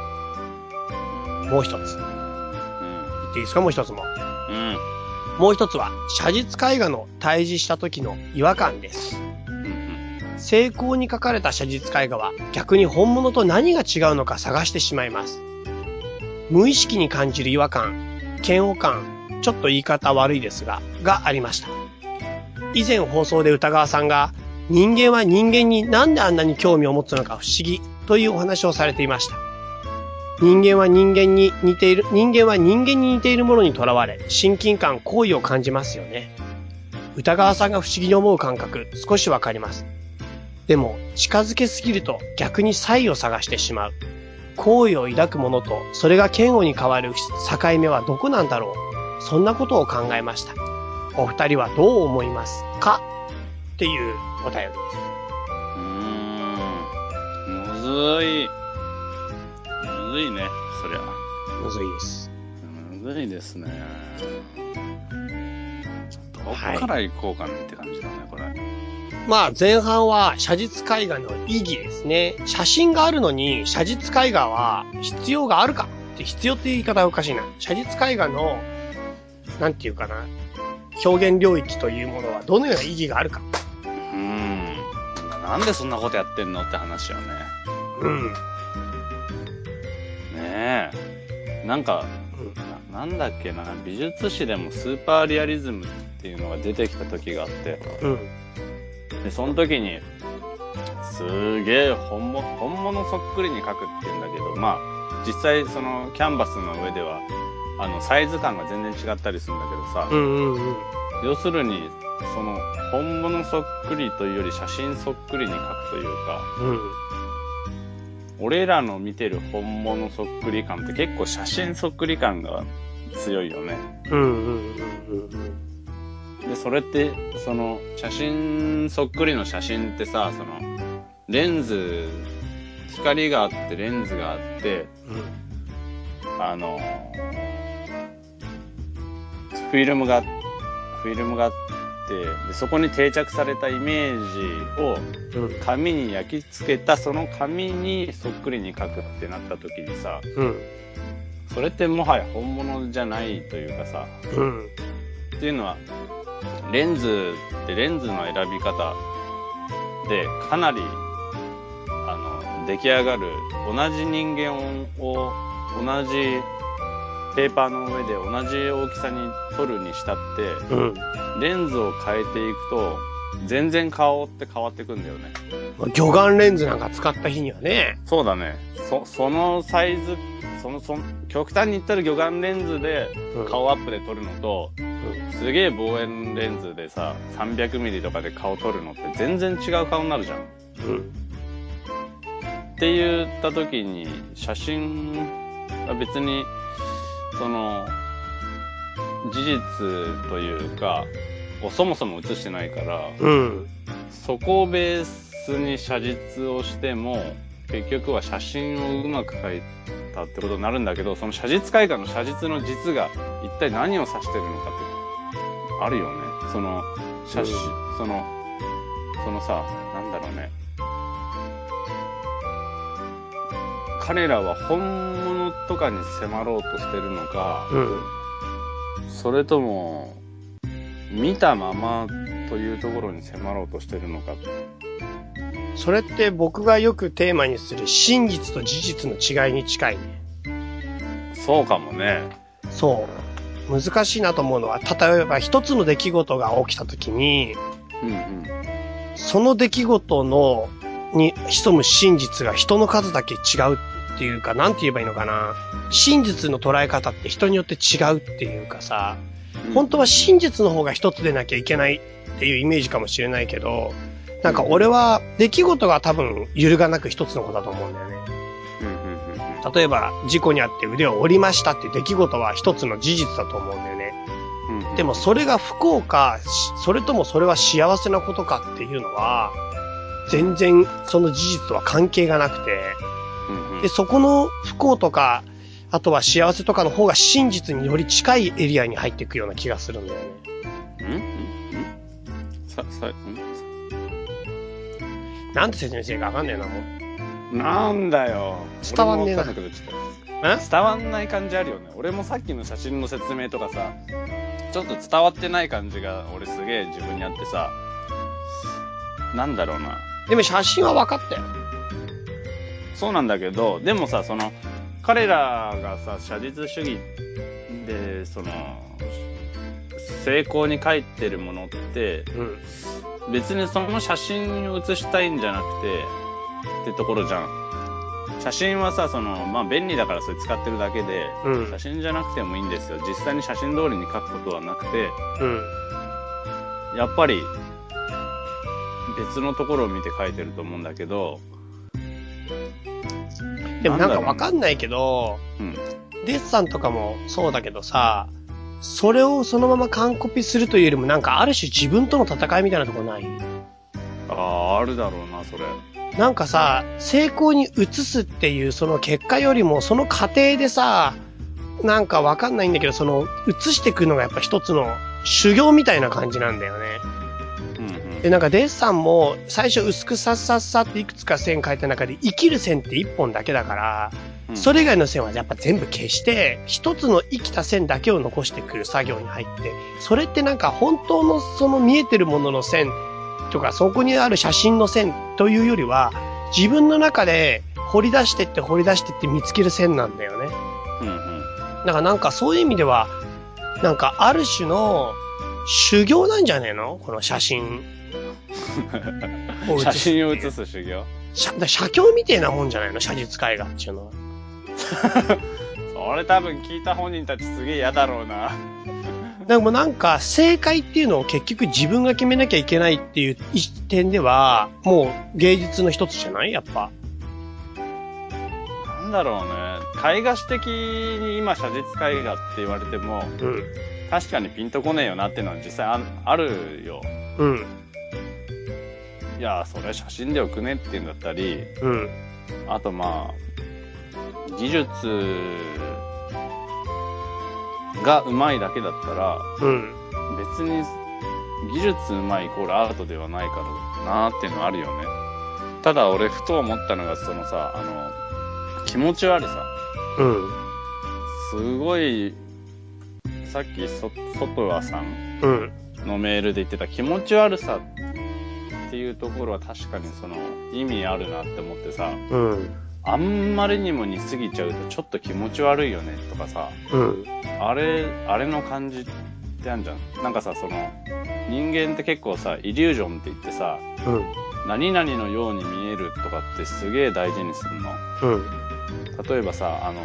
もう一つ、うん、言っていいですか。もう一つも、うん、もう一つは写実絵画の対峙した時の違和感です。精巧に描かれた写実絵画は逆に本物と何が違うのか探してしまいます。無意識に感じる違和感、嫌悪感、ちょっと言い方悪いですが、がありました。以前放送で歌川さんが人間は人間になんであんなに興味を持つのか不思議というお話をされていました。人間は人間に似ている、人間は人間に似ているものにとらわれ、親近感、好意を感じますよね。歌川さんが不思議に思う感覚、少しわかります。でも、近づけすぎると逆に差異を探してしまう。好意を抱くものと、それが嫌悪に変わる境目はどこなんだろう。そんなことを考えました。お二人はどう思いますか？っていうお便りです。 うーん。むずい。むずいね、そりゃ。 むずいです。 むずいですね。どこから行こうかなって感じだね、これ。 まあ前半は写実絵画の意義ですね。写真があるのに写実絵画は必要があるかって必要っていう言い方はおかしいな。写実絵画のなんていうかな表現領域というものはどのような意義があるか。 うーん。なんでそんなことやってんのって話よね。 うん。 ねえ。なんか、うん、な, なんだっけな美術史でもスーパーリアリズムっていうのが出てきた時があって。うん。で、その時に、すげえ本物、本物そっくりに描くって言うんだけど、まあ、実際そのキャンバスの上では、あの、サイズ感が全然違ったりするんだけどさ、うんうんうん、要するに、その、本物そっくりというより写真そっくりに描くというか、うん、俺らの見てる本物そっくり感って結構写真そっくり感が強いよね。うんうんうんうん、で、それって、その、写真、そっくりの写真ってさ、その、レンズ、光があって、レンズがあって、うん、 あの、フィルムが、フィルムがあって、で、そこに定着されたイメージを紙に焼き付けた、その紙にそっくりに描くってなった時にさ、うん、それってもはや本物じゃないというかさ、うん、っていうのは、レンズってレンズの選び方でかなり、あの、出来上がる、同じ人間を同じペーパーの上で同じ大きさに撮るにしたって、うん、レンズを変えていくと全然顔って変わってくんだよね。 魚眼レンズなんか使った日にはね。 そうだね。そ、そのサイズ、その、その、極端に言ったら魚眼レンズで顔アップで撮るのと、うん、すげえ望遠レンズでさ、さんびゃくミリとかで顔撮るのって全然違う顔になるじゃん。うん。って言った時に、写真は別に、その、事実というか、をそもそも写してないから、うん、そこをベースに写実をしても、結局は写真をうまく描いたってことになるんだけど、その写実絵画の写実の実が一体何を指してるのかってあるよね。その写真、うん、そのそのさ、なんだろうね。彼らは本物とかに迫ろうとしてるのか、うん、それとも見たままというところに迫ろうとしてるのか。 それって僕がよくテーマにする真実と事実の違いに近いね。 そうかもね。 そう。難しいなと思うのは、例えば一つの出来事が起きたときに、うんうん、その出来事のに潜む真実が人の数だけ違うっていうか、なんて言えばいいのかな。真実の捉え方って人によって違うっていうかさ、うん、本当は真実の方が一つでなきゃいけないっていうイメージかもしれないけど、なんか俺は出来事が多分揺るがなく一つのことだと思うんだよね。例えば事故にあって腕を折りましたって出来事は一つの事実だと思うんだよね。でもそれが不幸か、それともそれは幸せなことかっていうのは、全然その事実とは関係がなくて、で、そこの不幸とか、あとは幸せとかの方が真実により近いエリアに入っていくような気がするんだよね。んんさ、さ、んなんて説明してるかわかんねえな、もう。なんだよ。 伝わんねえな。 伝わんない感じあるよね。俺もさっきの写真の説明とかさ、ちょっと伝わってない感じが俺すげえ自分にあってさ、なんだろうな。 でも写真は分かったよ。 そうなんだけど、でもさ、その、彼らがさ、写実主義で、その、成功に書いてるものって、うん、別にその写真を写したいんじゃなくて、ってところじゃん。写真はさ、その、まあ、便利だからそれ使ってるだけで、うん、写真じゃなくてもいいんですよ。実際に写真通りに描くことはなくて、うん、やっぱり、別のところを見て描いてると思うんだけど、 でもなんかわかんないけど、うん、デッサンとかもそうだけどさ、それをそのまま完コピするというよりもなんかある種自分との戦いみたいなとこない？ ああ、あるだろうな、それ。 なんかさ、成功に移すっていうその結果よりもその過程でさ、なんかわかんないんだけど、その移していくのがやっぱ一つの修行みたいな感じなんだよね。で、なんかデッサンも最初薄くさっさっさっていくつか線描いた中で生きる線って一本だけだから、それ以外の線はやっぱ全部消して一つの生きた線だけを残してくる作業に入って、それってなんか本当のその見えてるものの線とかそこにある写真の線というよりは自分の中で掘り出してって掘り出してって見つける線なんだよね。うんうん。だからなんかそういう意味ではなんかある種の修行なんじゃねえの？この写真。 写真を写す修行？ 写、写経みてえなもんじゃないの？写実絵画っていうのは。 それ多分聞いた本人たちすげえ嫌だろうな。 でもなんか正解っていうのを結局自分が決めなきゃいけないっていう点ではもう芸術の一つじゃない？やっぱ。 なんだろうね。絵画史的に今写実絵画って言われても、うん、確かにピンとこねえよなっていうのは実際 あ, あるよ。うん。いや、それ写真でよくねって言うんだったり、うん。あとまあ、技術が上手いだけだったら、 うん。 別に技術上手いイコールアートではないからなーっていうのはあるよね。ただ俺ふと思ったのがそのさ、あの、気持ち悪さ。 うん。 すごい、さっきそ、外はさんうん。 のメールで言ってた気持ち悪さっていうところは確かにその意味あるなって思ってさ、 うん。 あんまりにも似すぎちゃうとちょっと気持ち悪いよねとかさ、 うん。 あれ、あれの感じってあるじゃん。なんかさ、その、人間って結構さ、イリュージョンって言ってさ、 うん。 何々のように見えるとかってすげえ大事にするの。 うん。 例えばさ、あの、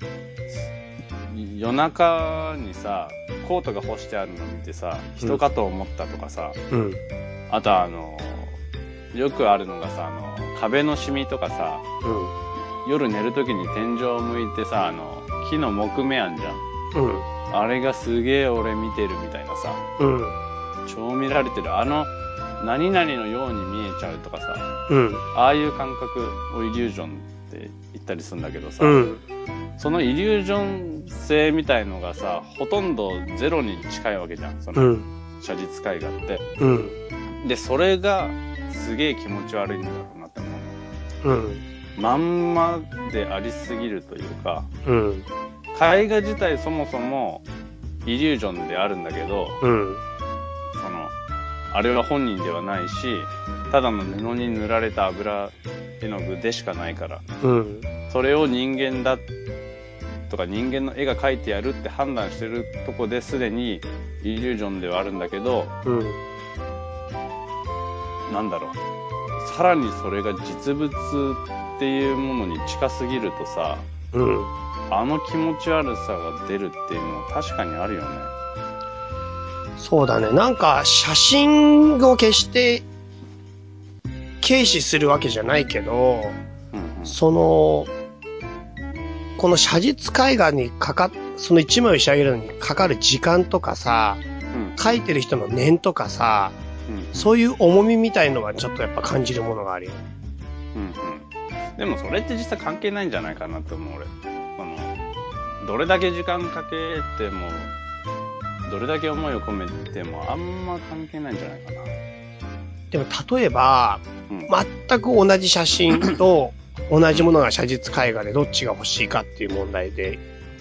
夜中にさ、コートが干してあるの見てさ、人かと思ったとかさ、 うん。 あとあの、よくあるのがさ、あの、壁のシミとかさ、 うん。 夜寝るときに天井を向いてさ、あの、木の木目あんじゃん。 うん。 あれがすげえ俺見てるみたいなさ、 うん。 超見られてる。あの、何々のように見えちゃうとかさ、 うん。 ああいう感覚をイリュージョンって言ったりするんだけどさ、 うん。 そのイリュージョン性みたいのがさ、ほとんどゼロに近いわけじゃん。その、写実絵画って。 うん。 で、それがすげえ気持ち悪いんだろうなって思うの。うん。まんまでありすぎるというか、うん。絵画自体そもそもイリュージョンであるんだけど、うん。その、あれは本人ではないし、ただの布に塗られた油絵の具でしかないから、うん。それを人間だとか人間の絵が描いてやるって判断してるとこですでにイリュージョンではあるんだけど、うん。なんだろう。さらにそれが実物っていうものに近すぎるとさ、うん。あの気持ち悪さが出るっていうのは確かにあるよね。 そうだね。なんか写真を決して軽視するわけじゃないけど、うんうん、その、この写実絵画にかかっ、その一枚を仕上げるのにかかる時間とかさ、うん、描いてる人の念とかさ、うんうん、そういう重みみたいのはちょっとやっぱ感じるものがあるよ。 うんうん。でもそれって実際関係ないんじゃないかなって思う俺。この、どれだけ時間かけても、どれだけ思いを込めてもあんま関係ないんじゃないかな。 でも例えば、うん、全く同じ写真と同じものが写実絵画でどっちが欲しいかっていう問題で。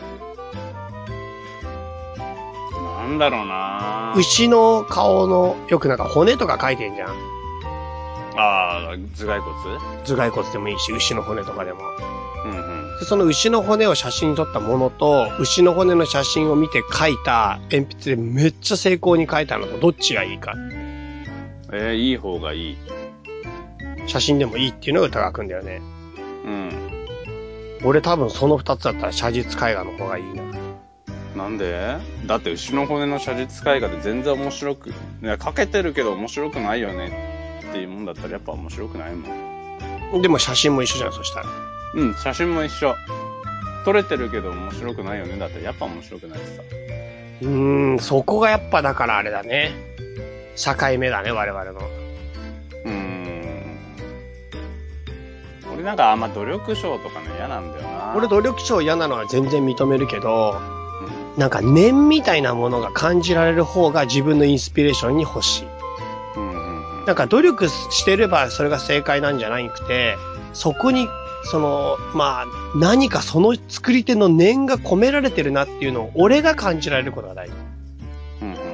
なんだろうなぁ。 牛の顔の、よくなんか骨とか描いてんじゃん。 ああ、頭蓋骨？ 頭蓋骨でもいいし、牛の骨とかでも。うんうん。で、その牛の骨を写真に撮ったものと、牛の骨の写真を見て描いた鉛筆でめっちゃ精巧に描いたのとどっちがいいか。 えー、いい方がいい。 写真でもいいっていうのが高くんだよね。 うん。 俺多分その二つだったら写実絵画の方がいいな。 なんで？だって牛の骨の写実絵画で全然面白く、いや、描けてるけど面白くないよねっていうもんだったらやっぱ面白くないもん。でも写真も一緒じゃん、そしたら。 うん、写真も一緒。撮れてるけど面白くないよねだったらやっぱ面白くないしさ。 うーん、そこがやっぱだからあれだね。境目だね、我々の。 うーん。俺なんかあんま努力賞とかね、嫌なんだよな。 俺努力賞嫌なのは全然認めるけど、うん、なんか念みたいなものが感じられる方が自分のインスピレーションに欲しい。うんうんうん、なんか努力してればそれが正解なんじゃなくて、そこに、その、まあ、何かその作り手の念が込められてるなっていうのを俺が感じられることが大事。うんうんうん、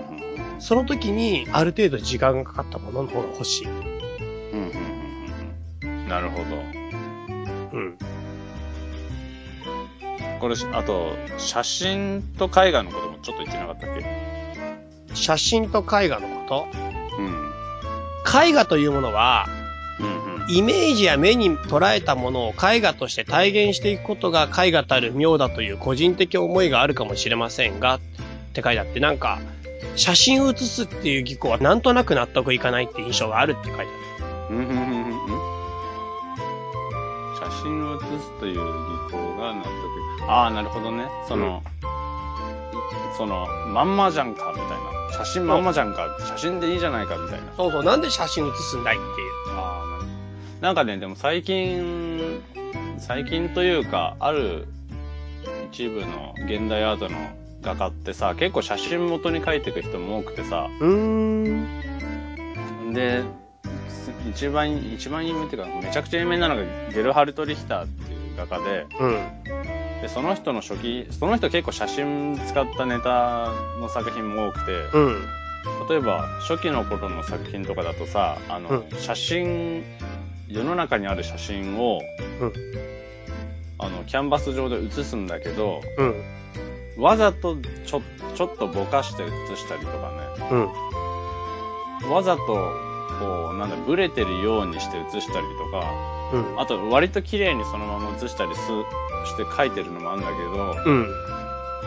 その時にある程度時間がかかったものの方が欲しい。うんうんうん、なるほど。 うん。 これ、あと、写真と絵画のこともちょっと言ってなかったっけ？ 写真と絵画のこと？ うん。 絵画というものは、うんうん、イメージや目に捉えたものを絵画として体現していくことが絵画たる妙だという個人的思いがあるかもしれませんが、って書いてあって、なんか、写真を写すっていう技巧はなんとなく納得いかないって印象があるって書いてある。 うんうんうんうん。写真を写すという技巧が納得。ああ、なるほどね。その、うん、その、まんまじゃんか、みたいな。写真まんまじゃんか、写真でいいじゃないか、みたいな。 そうそう、なんで写真写すんだいっていう。 ああ、なるほど。なんかね、でも最近、最近というか、ある一部の現代アートの画家ってさ、結構写真元に描いていく人も多くてさ。 うーん。 で、一番、一番有名っていうか、めちゃくちゃ有名なのがゲルハルト・リヒターっていう画家で、 うん。 で、その人の初期、その人結構写真使ったネタの作品も多くて、 うん。 例えば初期の頃の作品とかだとさ、あの、うん、写真、世の中にある写真を、うん、あの、キャンバス上で写すんだけど、うん、わざとちょ、ちょっとぼかして写したりとかね、うん、わざと、こう、なんだ、ブレてるようにして写したりとか、うん、あと割と綺麗にそのまま写したりすして描いてるのもあるんだけど、うん、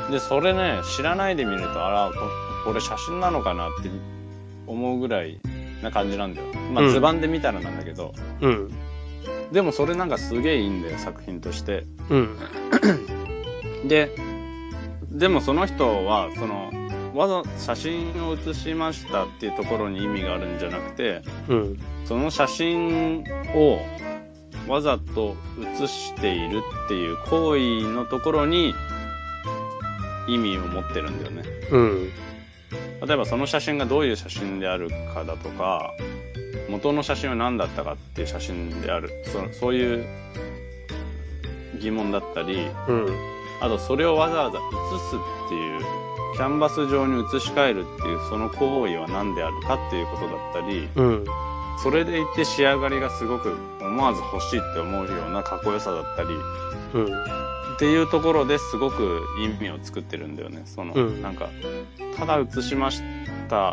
で、それね、知らないで見ると、あら、これ写真なのかなって思うぐらいな感じなんだよ。まあ、図版で見たらなんだけど。うん。でもそれなんかすげえいいんだよ、作品として。うん。で、でもその人は、その、わざ、写真を写しましたっていうところに意味があるんじゃなくて、うん。その写真をわざと写しているっていう行為のところに意味を持ってるんだよね。うん。例えばその写真がどういう写真であるかだとか、元の写真は何だったかっていう写真である、そ、そういう疑問だったり、うん、あとそれをわざわざ写すっていう、キャンバス上に写し替えるっていうその行為は何であるかっていうことだったり、うん、それでいて仕上がりがすごく思わず欲しいって思うようなかっこよさだったり、うん、っていうところですごく意味を作ってるんだよね。その、うん、なんか、ただ写しました、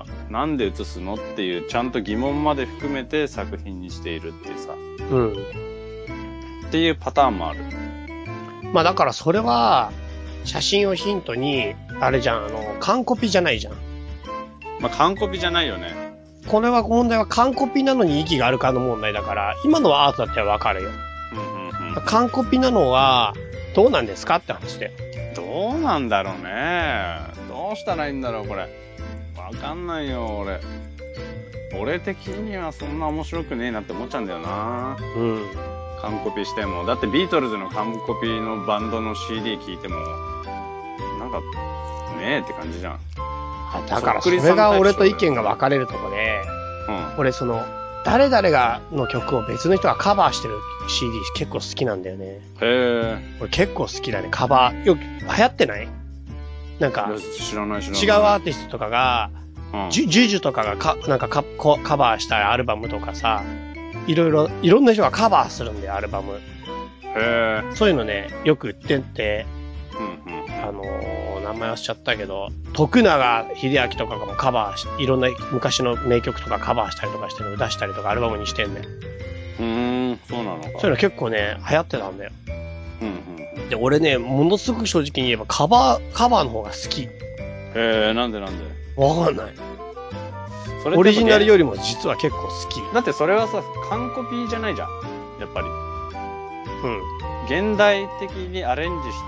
なんで写すのっていうちゃんと疑問まで含めて作品にしているっていうさ、うん、っていうパターンもある。 まあだからそれは写真をヒントにあれじゃん、あの完コピじゃないじゃん。 まあ完コピじゃないよね。 これは問題は完コピなのに意義があるかの問題だから、今のはアートだってわかるよ。うんうんうん、完コピなのはどうなんですかって話で。 どうなんだろうね。どうしたらいいんだろうこれ。わかんないよ俺。俺的にはそんな面白くねえなって思っちゃうんだよな。うん。完コピしても。だってビートルズの完コピのバンドの シーディー 聞いても、なんか、ねえって感じじゃん。 だからそれが俺と意見が分かれるとこで、うん、俺その、誰々がの曲を別の人がカバーしてる シーディー 結構好きなんだよね。へえ。俺結構好きだね、カバー。よく流行ってない？なんか、 知らない知らない。 違うアーティストとかが、うん、ジュジュジュとかがか、なんかカ、カバーしたアルバムとかさ、いろいろ、いろんな人がカバーするんだよ、アルバム。へー。そういうのね、よく売ってて、うんうん、あのー、名前忘れちゃったけど、徳永英明とかがもカバーし、いろんな昔の名曲とかカバーしたりとかしてるのを出したりとかアルバムにしてんだよ。 うーん、そうなのか。 そういうの結構ね、流行ってたんだよ。うんうんうん、で、俺ね、ものすごく正直に言えばカバー、カバーの方が好き。 へー、なんでなんで？ わかんない。それオリジナルよりも実は結構好き。 だってそれはさ、完コピじゃないじゃん。やっぱり。うん。現代的にアレンジした、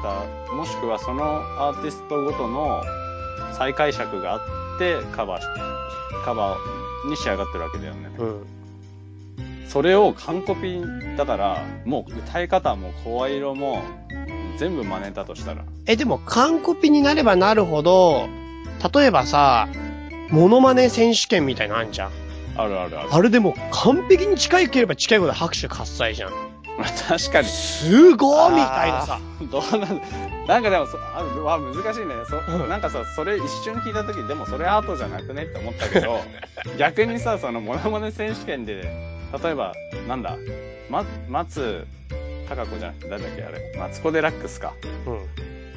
もしくはそのアーティストごとの再解釈があってカバーし、カバーに仕上がってるわけだよね。うん。それを完コピだから、もう歌い方も声色も全部真似たとしたら。 え、でも完コピになればなるほど、例えばさ、モノマネ選手権みたいなのあんじゃん。 あるあるある。 あれでも完璧に近いければ近いほど拍手喝采じゃん。 確かに。 すごーみたいなさ。 どうなんなんかでもそ、あ、わ、難しいね。そ、うん、なんかさ、それ一瞬聞いたとき、でもそれアートじゃなくねって思ったけど、逆にさ、そのモノマネ選手権で、例えば、なんだ、ま、松、高子じゃなくて、誰だっけあれ、マツコデラックスか。うん。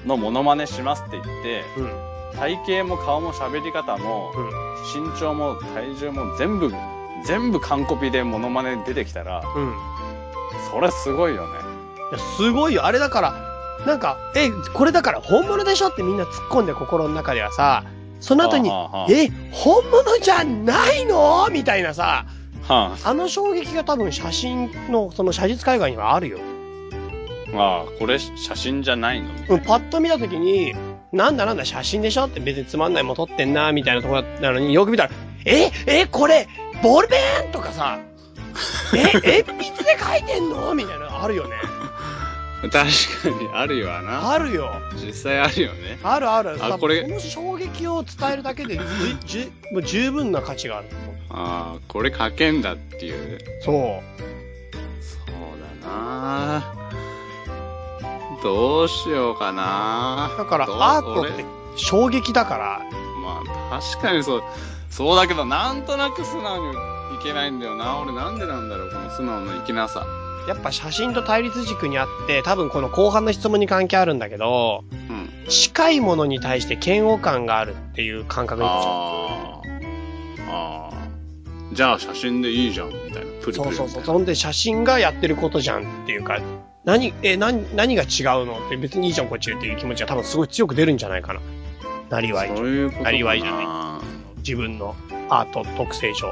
のモノマネしますって言って、うん、体型も顔も喋り方も、うん、身長も体重も全部、全部完コピでモノマネ出てきたら、うん、それすごいよね。 いや、すごいよ。あれだから、なんか、え、これだから本物でしょってみんな突っ込んで心の中ではさ、その後に、はあはあ、え、本物じゃないのみたいなさ、はあ、あの衝撃が多分写真の、その写実海外にはあるよ。 ああ、これ写真じゃないの？ うん、パッと見たときに、なんだなんだ写真でしょって別につまんないもん撮ってんなみたいなところなのによく見たら、え、え、これ、ボールペンとかさ、え、鉛筆で描いてんのみたいなのあるよね。 確かに、あるよな。 あるよ。 実際あるよね。 あるある。 あ、これ。 この衝撃を伝えるだけで、じ、じ、もう十分な価値があると思う。 ああ、これ書けんだっていう。 そう。そうだなどうしようかなだから、アートって衝撃だから。 まあ、確かにそう、そうだけど、なんとなく素直にいけないんだよな。俺なんでなんだろう、この素直のいけなさ。 やっぱ写真と対立軸にあって、多分この後半の質問に関係あるんだけど、うん、近いものに対して嫌悪感があるっていう感覚になっちゃう。ああ。じゃあ写真でいいじゃん、みたいな。プリプリそうそうそう。そんで写真がやってることじゃんっていうか、何、え、何、何が違うのって別にいいじゃんこっちっていう気持ちが多分すごい強く出るんじゃないかな。なりわい。 そういうことかな。 なりわいじゃない。自分のアート特性上。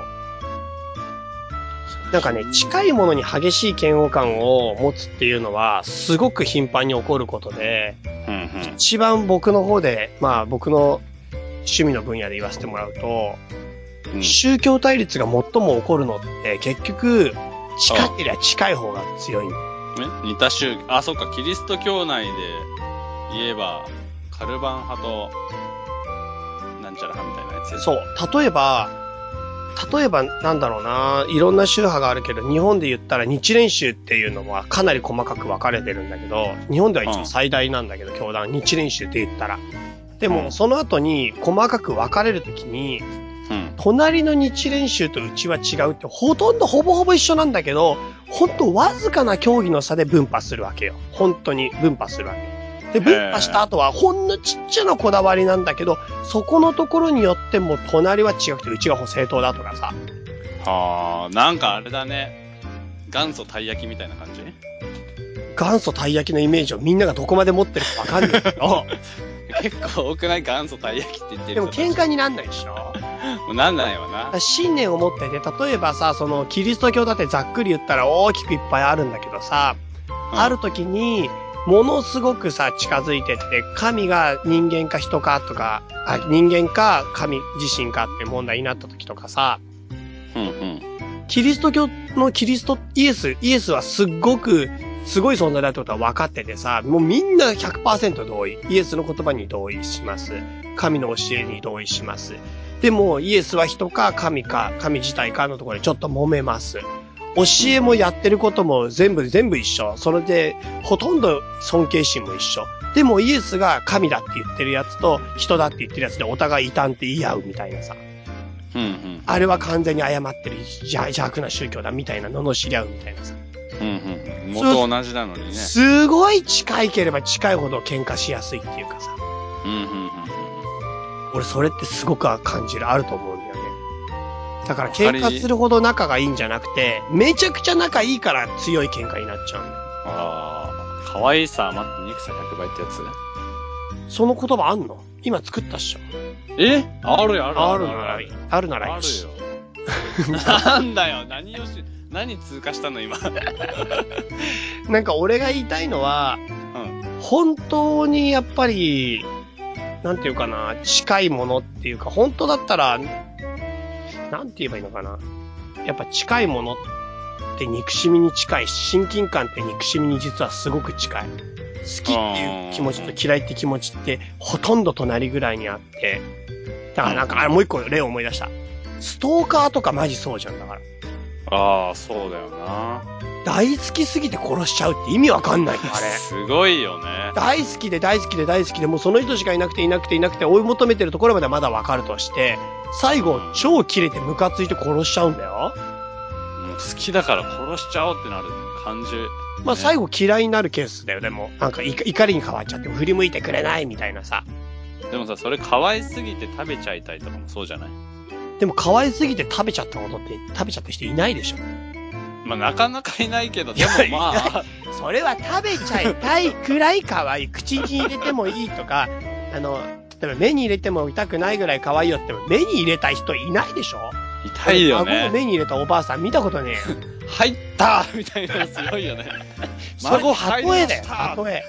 なんかね、近いものに激しい嫌悪感を持つっていうのは、すごく頻繁に起こることで、うんうん、一番僕の方で、まあ僕の趣味の分野で言わせてもらうと、うん、宗教対立が最も起こるのって結局、近ければ近い方が強いんだよ。 え似た宗教、あ、そっか、キリスト教内で言えば、カルバン派と、なんちゃら派みたいなやつ。 そう。例えば、例えばなんだろうな、いろんな宗派があるけど、日本で言ったら日蓮宗っていうのはかなり細かく分かれてるんだけど、日本では一応最大なんだけど、うん、教団、日蓮宗って言ったら。でも、うん、その後に細かく分かれるときに、うん、隣の日蓮宗とうちは違うって、ほとんどほぼほぼ一緒なんだけど、ほんとわずかな教義の差で分派するわけよ。本当に分派するわけ。で、分派した後はほんのちっちゃなこだわりなんだけど、そこのところによっても隣は違くてうちが正当だとかさ。 はあ、なんかあれだね。元祖たい焼きみたいな感じ？ 元祖たい焼きのイメージをみんながどこまで持ってるかわかんないけど。 結構多くない元祖たい焼きって言ってる。 でも喧嘩になんないでしょ？ もうなんないわな。 信念を持ってて、例えばさ、そのキリスト教だってざっくり言ったら大きくいっぱいあるんだけどさ、うん、ある時に、ものすごくさ、近づいてって、神が人間か人かとか、あ、人間か神自身かって問題になった時とかさ、うんうん、キリスト教のキリスト、イエス、イエスはすっごく、すごい存在だってことは分かっててさ、もうみんな ひゃくパーセント 同意。イエスの言葉に同意します。神の教えに同意します。でも、イエスは人か神か、神自体かのところでちょっと揉めます。教えもやってることも全部全部一緒。それで、ほとんど尊敬心も一緒。でもイエスが神だって言ってるやつと人だって言ってるやつでお互い異端って言い合うみたいなさ。うんうん、あれは完全に誤ってる邪悪な宗教だみたいな罵り合うみたいなさ。 うんうん、元同じなのにね。 すごい近いければ近いほど喧嘩しやすいっていうかさ。うんうんうん、俺それってすごく感じる、あると思うんだよね。だから喧嘩するほど仲がいいんじゃなくて、めちゃくちゃ仲いいから強い喧嘩になっちゃうんだよ。 ああ、可愛さ余って憎さひゃくばいってやつ？ その言葉あんの？今作ったっしょ。 え？あるよ、あるあるならいい。あるならいいし。 あるよ。なんだよ、何をし、何通過したの今。 なんか俺が言いたいのは、うん、本当にやっぱり、なんていうかな、近いものっていうか、本当だったら、なんて言えばいいのかな。やっぱ近いものって憎しみに近いし、親近感って憎しみに実はすごく近い。好きっていう気持ちと嫌いって気持ちってほとんど隣ぐらいにあって。だからなんか、あれもう一個例を思い出した。ストーカーとかマジそうじゃんだから。 ああ、そうだよな。 大好きすぎて殺しちゃうって意味わかんないよ、あれ。 すごいよね。 大好きで大好きで大好きでもうその人しかいなくていなくていなくて追い求めてるところまではまだわかるとして、最後超キレてムカついて殺しちゃうんだよ。 もう好きだから殺しちゃおうってなる感じ。 まあ最後嫌いになるケースだよ、でも。なんか怒りに変わっちゃって振り向いてくれないみたいなさ。 でもさ、それ可愛すぎて食べちゃいたいとかもそうじゃない？ でも可愛すぎて食べちゃったことって食べちゃった人いないでしょ。 まあなかなかいないけど、でもまあ。 それは食べちゃいたいくらい可愛い。口に入れてもいいとか、あの、例えば目に入れても痛くないぐらい可愛いよっても目に入れたい人いないでしょ。 痛いよね。 孫の目に入れたおばあさん見たことねえよ。 入ったみたいなのすごいよね。 孫例えだよ、例え。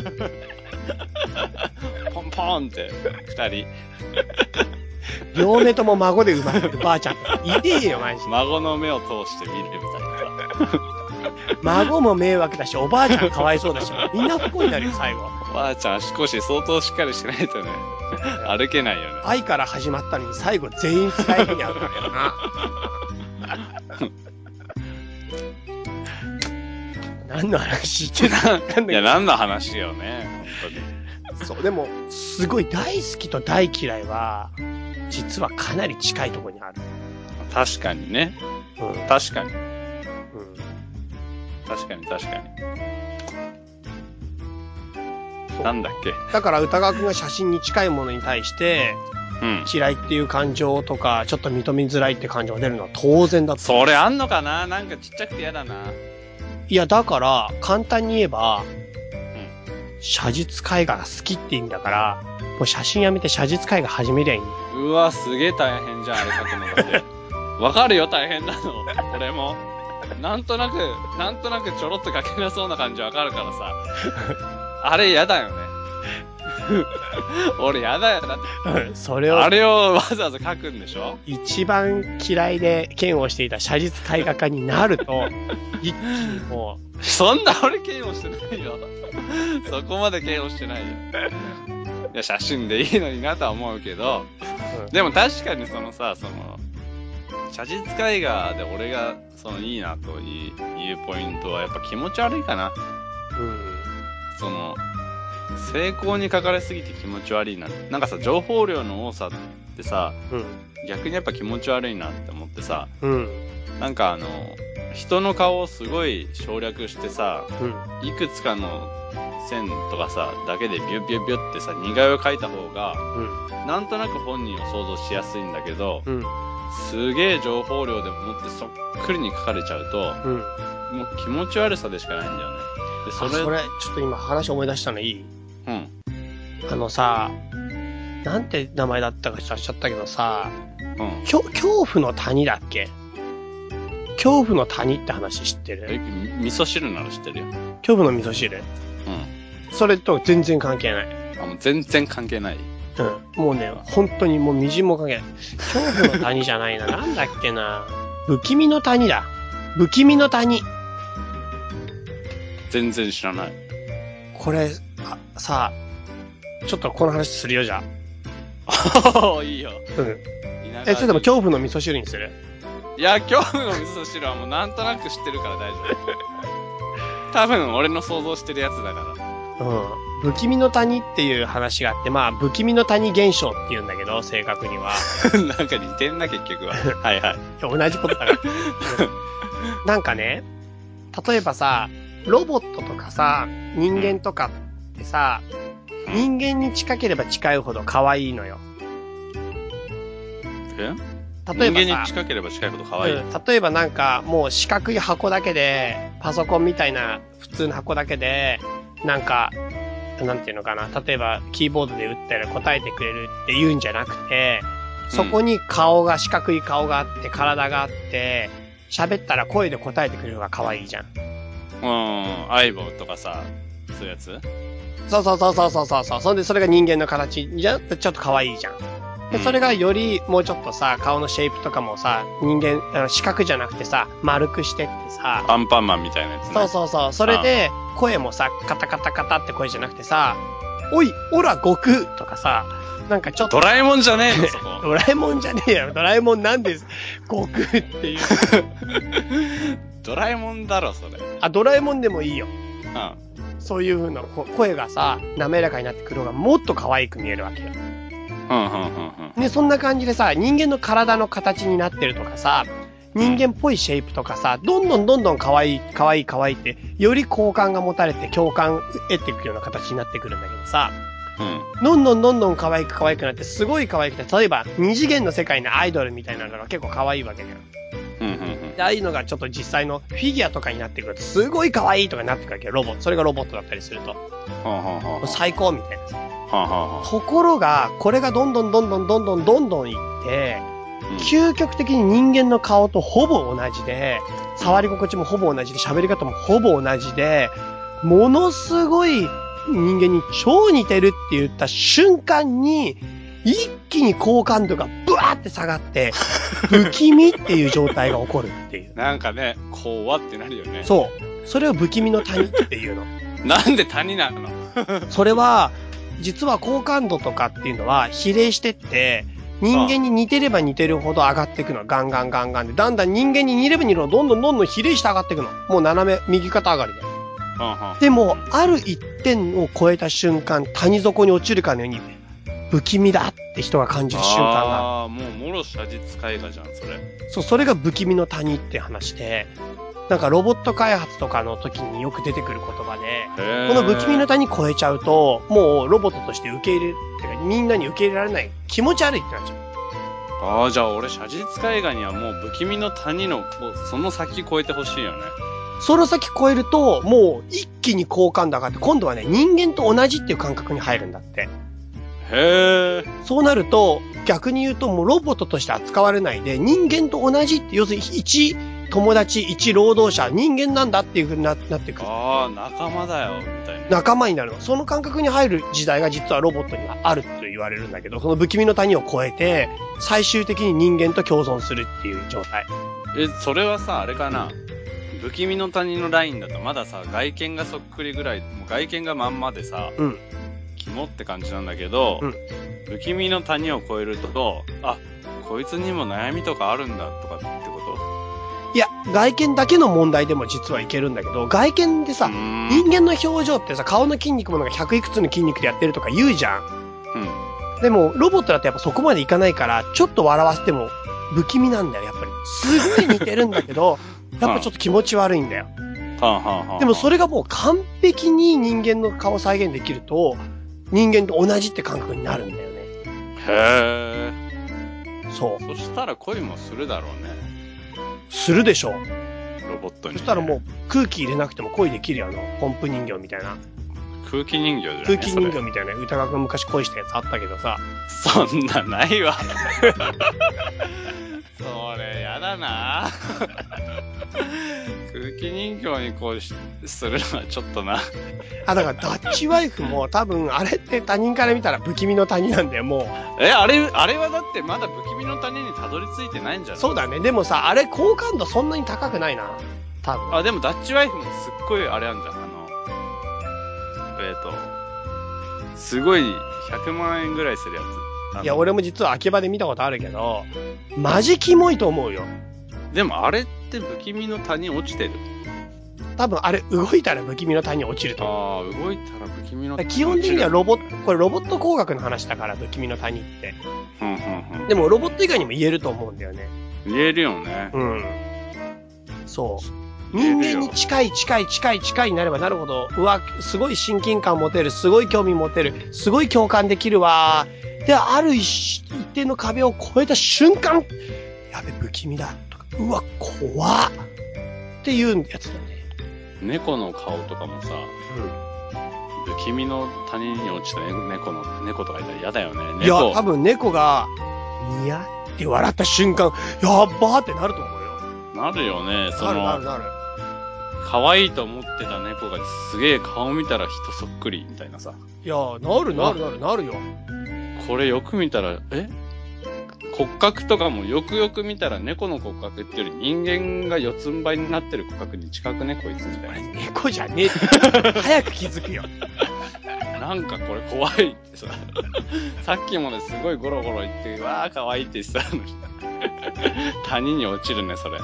ポンポンって、二人。 両目とも孫で生まれてるばあちゃんとかいねえよ、マジで。 孫の目を通して見るみたいな。 孫も迷惑だし、おばあちゃんかわいそうだし、みんな不幸になるよ、最後。 おばあちゃん足腰相当しっかりしないとね、歩けないよね。 愛から始まったのに最後全員辛い目に遭うからよな。何の話ってな。 いや、何の話よね、本当に。そう、でも、すごい大好きと大嫌いは、実はかなり近いところにある。 確かにね。うん。確かに。うん。確かに確かに。なんだっけ。 だから歌川くんが写真に近いものに対して、うん、嫌いっていう感情とか、ちょっと認めづらいって感情が出るのは当然だった。 それあんのかな？なんかちっちゃくて嫌だな。 いや、だから、簡単に言えば、うん、写実絵画が好きって意味だから、もう写真やめて写実絵画始めりゃいいんだよ。 うわ、すげえ大変じゃん、あれ描くのだって。わかるよ、大変なの。俺も。なんとなく、なんとなくちょろっと描けなそうな感じわかるからさ。あれ嫌だよね。俺嫌だよ。だって。それを。あれをわざわざ描くんでしょ？ 一番嫌いで嫌悪していた写実絵画家になると、一気にもう。そんな俺嫌悪してないよ。そこまで嫌悪してないよ。いや、写真でいいのになとは思うけど、うん、でも確かにそのさ、その、写実絵画で俺がそのいいなというポイントはやっぱ気持ち悪いかな。うん。その、成功に書かれすぎて気持ち悪いな。なんかさ、情報量の多さってさ、うん、逆にやっぱ気持ち悪いなって思ってさ、うん、なんかあの、人の顔をすごい省略してさ、うん、いくつかの線とかさ、だけでビュッビュッビュッってさ、似顔絵を描いた方が、うん、なんとなく本人を想像しやすいんだけど、うん、すげえ情報量でもってそっくりに描かれちゃうと、うん、もう気持ち悪さでしかないんだよね。で、 それ、それ、ちょっと今話思い出したのいい？うん。あのさ、なんて名前だったかしちゃったけどさ、うん。恐怖の谷だっけ？恐怖の谷って話知ってる？ え、味噌汁なら知ってるよ。 恐怖の味噌汁？うん。それと全然関係ない。 あ、もう全然関係ない。 うん。もうね、本当にもうみじんも関係ない。恐怖の谷じゃないな。なんだっけな。不気味の谷だ。不気味の谷。 全然知らない。 これ、あ、さあ、ちょっとこの話するよ、じゃあ。いいよ。 うん。え、それでも恐怖の味噌汁にする？ いや、恐怖の味噌汁はもうなんとなく知ってるから大丈夫。多分俺の想像してるやつだから。 うん。不気味の谷っていう話があって、まあ、不気味の谷現象って言うんだけど、正確には。 なんか似てんな、結局は。はいはい。 同じことだから。なんかね、例えばさ、ロボットとかさ、人間とかってさ、人間に近ければ近いほど可愛いのよ。 え？例えば人間に近ければ近いほど可愛い、うん。 例えばなんか、もう四角い箱だけで、パソコンみたいな普通の箱だけで、なんか、なんていうのかな。例えば、キーボードで打ったら答えてくれるって言うんじゃなくて、そこに顔が、四角い顔があって、体があって、喋ったら声で答えてくれるのが可愛いじゃん。 うん、相棒とかさ、そういうやつ？ そうそうそうそうそうそうそう。そんで、それが人間の形じゃ、ちょっと可愛いじゃん。で、それがより、もうちょっとさ、顔のシェイプとかもさ、人間、あの四角じゃなくてさ、丸くしてってさ。 アンパンマンみたいなやつね。 そうそうそう。それで、声もさ、カタカタカタって声じゃなくてさ、おい、オラ、悟空とかさ、なんかちょっと。 ドラえもんじゃねえの、そこ。 ドラえもんじゃねえよ。ドラえもんなんで、悟空っていう。 ドラえもんだろ、それ。 あ、ドラえもんでもいいよ。うん。そういう風な声がさ、滑らかになってくる方がもっと可愛く見えるわけよ。うん、うん、うん、うん。で、そんな感じでさ、人間の体の形になってるとかさ、人間っぽいシェイプとかさ、どんどんどんどん可愛い、可愛い、可愛いって、より好感が持たれて共感得ていくような形になってくるんだけどさ、うん。どんどんどんどん可愛く可愛くなって、すごい可愛くて、例えば二次元の世界のアイドルみたいなのが結構可愛いわけだよ。うんうんうん。で、ああいうのがちょっと実際のフィギュアとかになってくると、すごい可愛いとかになってくるわけよ、ロボット。それがロボットだったりすると。はあはあ、最高みたいなさ。はあはあ、ところが、これがどんどんどんどんどんどんどんどんいって、うん、究極的に人間の顔とほぼ同じで、触り心地もほぼ同じで、喋り方もほぼ同じで、ものすごい人間に超似てるって言った瞬間に、一気に好感度がブワーって下がって、 不気味っていう状態が起こるっていう。 なんかね、怖ってなるよね。 そう。それを不気味の谷っていうの。 なんで谷なの？ それは、実は好感度とかっていうのは比例してって、人間に似てれば似てるほど上がっていくの。ガンガンガンガンで。だんだん人間に似れば似るほどどんどんどんどん比例して上がっていくの。もう斜め、右肩上がりで。でも、ある一点を超えた瞬間、谷底に落ちるかのように、不気味だって人が感じる瞬間が。 ああ、もう、もろ写実絵画じゃん、それ。 そう、それが不気味の谷って話で、なんかロボット開発とかの時によく出てくる言葉で、この不気味の谷超えちゃうと、もうロボットとして受け入れる、ってかみんなに受け入れられない、気持ち悪いってなっちゃう。 ああ、じゃあ俺写実絵画にはもう不気味の谷の、その先超えてほしいよね。 その先超えると、もう一気に好感度上がって、今度はね、人間と同じっていう感覚に入るんだって。 へえ。 そうなると、逆に言うともうロボットとして扱われないで、人間と同じって、要するに一友達、一労働者、人間なんだっていう風になってくる。 ああ、仲間だよ、みたいな。 仲間になるの。その感覚に入る時代が実はロボットにはあると言われるんだけど、その不気味の谷を越えて、最終的に人間と共存するっていう状態。 え、それはさ、あれかな。不気味の谷のラインだとまださ、外見がそっくりぐらい、もう外見がまんまでさ、 うん。 肝って感じなんだけど、うん、不気味の谷を越えると、あ、こいつにも悩みとかあるんだとかってこと？ いや、外見だけの問題でも実はいけるんだけど、外見でさ、人間の表情ってさ、顔の筋肉もなんかひゃくいくつの筋肉でやってるとか言うじゃん。うん。でも、ロボットだとやっぱそこまでいかないから、ちょっと笑わせても不気味なんだよ、やっぱり。すごい似てるんだけど、やっぱちょっと気持ち悪いんだよ。 はあはあはあ、 でもそれがもう完璧に人間の顔を再現できると、人間と同じって感覚になるんだよね。 へー。そう。 そしたら恋もするだろうね。 するでしょ。 ロボットに、ね。 そしたらもう空気入れなくても恋できるよ、あの、ポンプ人形みたいな。 空気人形じゃない？ 空気人形みたいな、歌川くん昔恋したやつあったけどさ。 そんなないわ。それやだな。空気人形にこうするのはちょっとな。 あ、だからダッチワイフも多分あれって他人から見たら不気味の谷なんだよ、もう。 え、あれ、あれはだってまだ不気味の谷にたどり着いてないんじゃない？ そうだね。でもさ、あれ好感度そんなに高くないな。多分。 あ、でもダッチワイフもすっごいあれあんじゃん。あの、えっと、すごいひゃくまんえんぐらいするやつ。 いや、俺も実は秋葉で見たことあるけど、マジキモいと思うよ。 でもあれって不気味の谷落ちてる？ 多分あれ動いたら不気味の谷落ちると思う。ああ、動いたら不気味の谷落ちる。 基本的にはロボット、これロボット工学の話だから不気味の谷って。 うんうんうん。 でもロボット以外にも言えると思うんだよね。 言えるよね。 うん。そう。人間に近い近い近い近いになればなるほど、うわ、すごい親近感持てる、すごい興味持てる、すごい共感できるわ。で、ある一定の壁を越えた瞬間、やべ、不気味だ。とか、うわ、怖っ。っていうやつだね。 猫の顔とかもさ、うん、不気味の谷に落ちた猫の、猫とかいたら嫌だよね。猫。 いや、多分猫が、ニヤって笑った瞬間、やっばーってなると思うよ。 なるよね、その。 なるなるなる。 可愛いと思ってた猫がすげえ顔見たら人そっくりみたいなさ。 いや、なるなるなるなるよ。 これよく見たら、え骨格とかもよくよく見たら猫の骨格ってより人間が四つん這いになってる骨格に近くねこいつみたいな。 猫じゃねえって早く気づくよ。 なんかこれ怖いってさ。さっきもねすごいゴロゴロ言って、わー可愛いって言ってたのに。谷に落ちるね、それ。うん。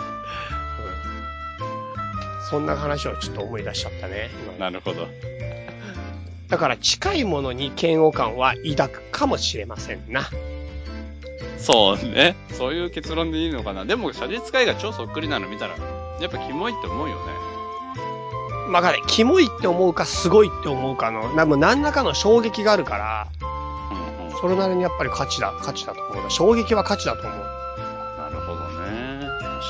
そんな話をちょっと思い出しちゃったね。 なるほど。 だから近いものに嫌悪感は抱くかもしれませんな。 そうね。そういう結論でいいのかな。でも写実絵画超そっくりなの見たら、やっぱキモいって思うよね。 まあ、かね、キモいって思うかすごいって思うかの、なもう何らかの衝撃があるから、うんうん、それなりにやっぱり価値だ、価値だと思う。衝撃は価値だと思う。 なるほどね。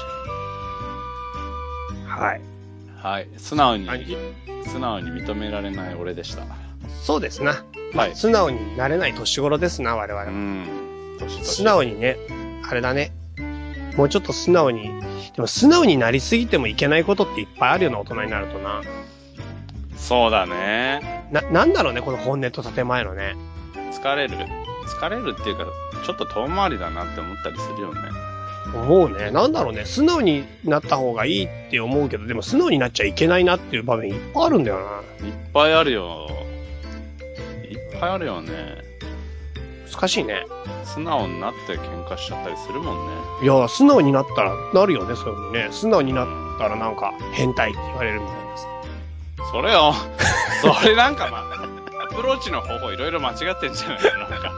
はい。 はい。素直に、素直に認められない俺でした。 そうですな。はい。素直になれない年頃ですな、我々は。うん。素直にね、あれだね。もうちょっと素直に、でも素直になりすぎてもいけないことっていっぱいあるような大人になるとな。 そうだね。 な、なんだろうね、この本音と建前のね。 疲れる。疲れるっていうか、ちょっと遠回りだなって思ったりするよね。 思うね。なんだろうね。素直になった方がいいって思うけど、でも素直になっちゃいけないなっていう場面いっぱいあるんだよな。 いっぱいあるよ。いっぱいあるよね。 難しいね。 素直になって喧嘩しちゃったりするもんね。 いや、素直になったらなるよね、そういうふうにね。素直になったらなんか変態って言われるみたいなさ。 それよ。それなんかま、アプローチの方法いろいろ間違ってんじゃないのなんか。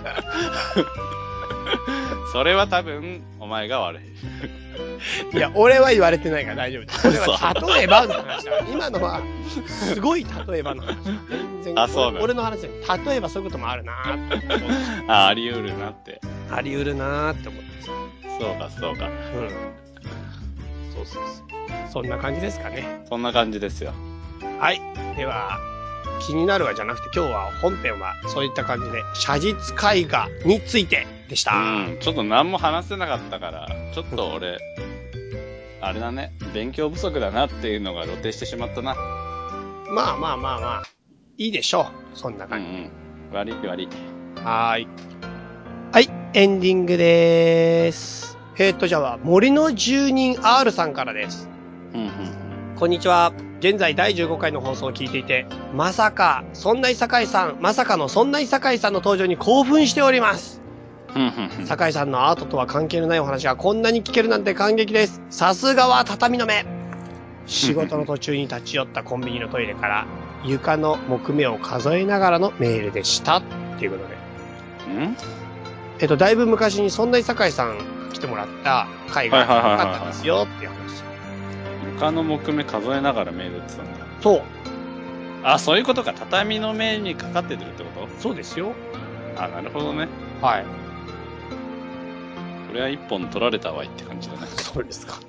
それは多分、お前が悪い。 いや、俺は言われてないから大丈夫です。俺は例えばの話だ。今のは、すごい例えばの話。全然。 あ、そうなの。 俺の話で、例えばそういうこともあるなーって思って。 あ、あり得るなって。 あり得るなーって思ってさ。 そうか、そうか。 うん。そうそうそう。そんな感じですかね。 そんな感じですよ。 はい。では、気になるわじゃなくて今日は本編はそういった感じで写実絵画についてでした。 うん。ちょっと何も話せなかったから、ちょっと俺、あれだね、勉強不足だなっていうのが露呈してしまったな。 まあまあまあまあ、いいでしょう。そんな感じ。 うんうん。悪い悪い。 はーい。はい、エンディングでーす。えーっと、じゃあ、森の住人 R さんからです。 うんうん。 こんにちは。現在だいじゅうごかいの放送を聞いていて、まさか、そんな酒井さん、まさかのそんな酒井さんの登場に興奮しております。酒井さんのアートとは関係のないお話がこんなに聞けるなんて感激です。さすがは畳の目。仕事の途中に立ち寄ったコンビニのトイレから、床の木目を数えながらのメールでした。っていうことで。 んえっと、だいぶ昔にそんな酒井さん来てもらった回があったんですよっていう話。 床の木目数えながらメール打ってたんだ。 そう。 あ、そういうことか。畳の目にかかっててるってこと？ そうですよ。 あ、なるほどね。 はい。 これは一本取られたわいって感じだね。 そうですか。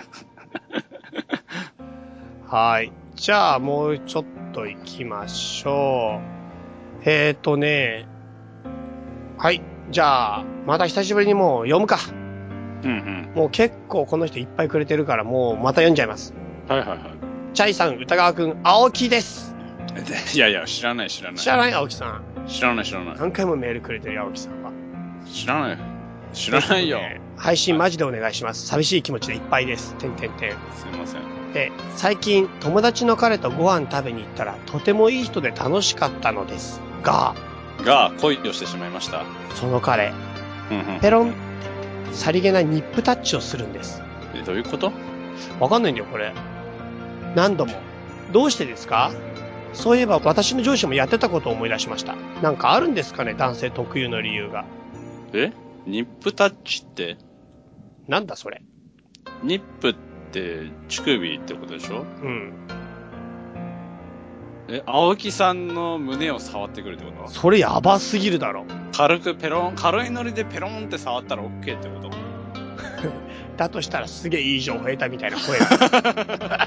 はい。じゃあ、もうちょっと行きましょう。えーとね。はい。じゃあ、また久しぶりにもう読むか。 うんうん。 もう結構この人いっぱいくれてるから、もうまた読んじゃいます。 はいはいはい。 チャイさん、歌川くん、青木です。 いやいや、知らない知らない。 知らない青木さん。 知らない知らない。 何回もメールくれてる青木さんは。 知らない。知らないよ。 配信マジでお願いします。寂しい気持ちでいっぱいです。てんてんてん。 すいません。 で、最近友達の彼とご飯食べに行ったらとてもいい人で楽しかったのですが、 が、恋をしてしまいました。 その彼、 うんうん、 ペロンってさりげないニップタッチをするんです。 え、どういうこと？ わかんないんだよ、これ。何度も。どうしてですか？そういえば私の上司もやってたことを思い出しました。なんかあるんですかね、男性特有の理由が。 え？ニップタッチって？ なんだそれ。 ニップって乳首ってことでしょ？ うん。 え、青木さんの胸を触ってくるってこと？ それやばすぎるだろ。 軽くペロン、軽いノリでペロンって触ったら OK ってことだとしたらすげえいい情報得たみたいな声だ。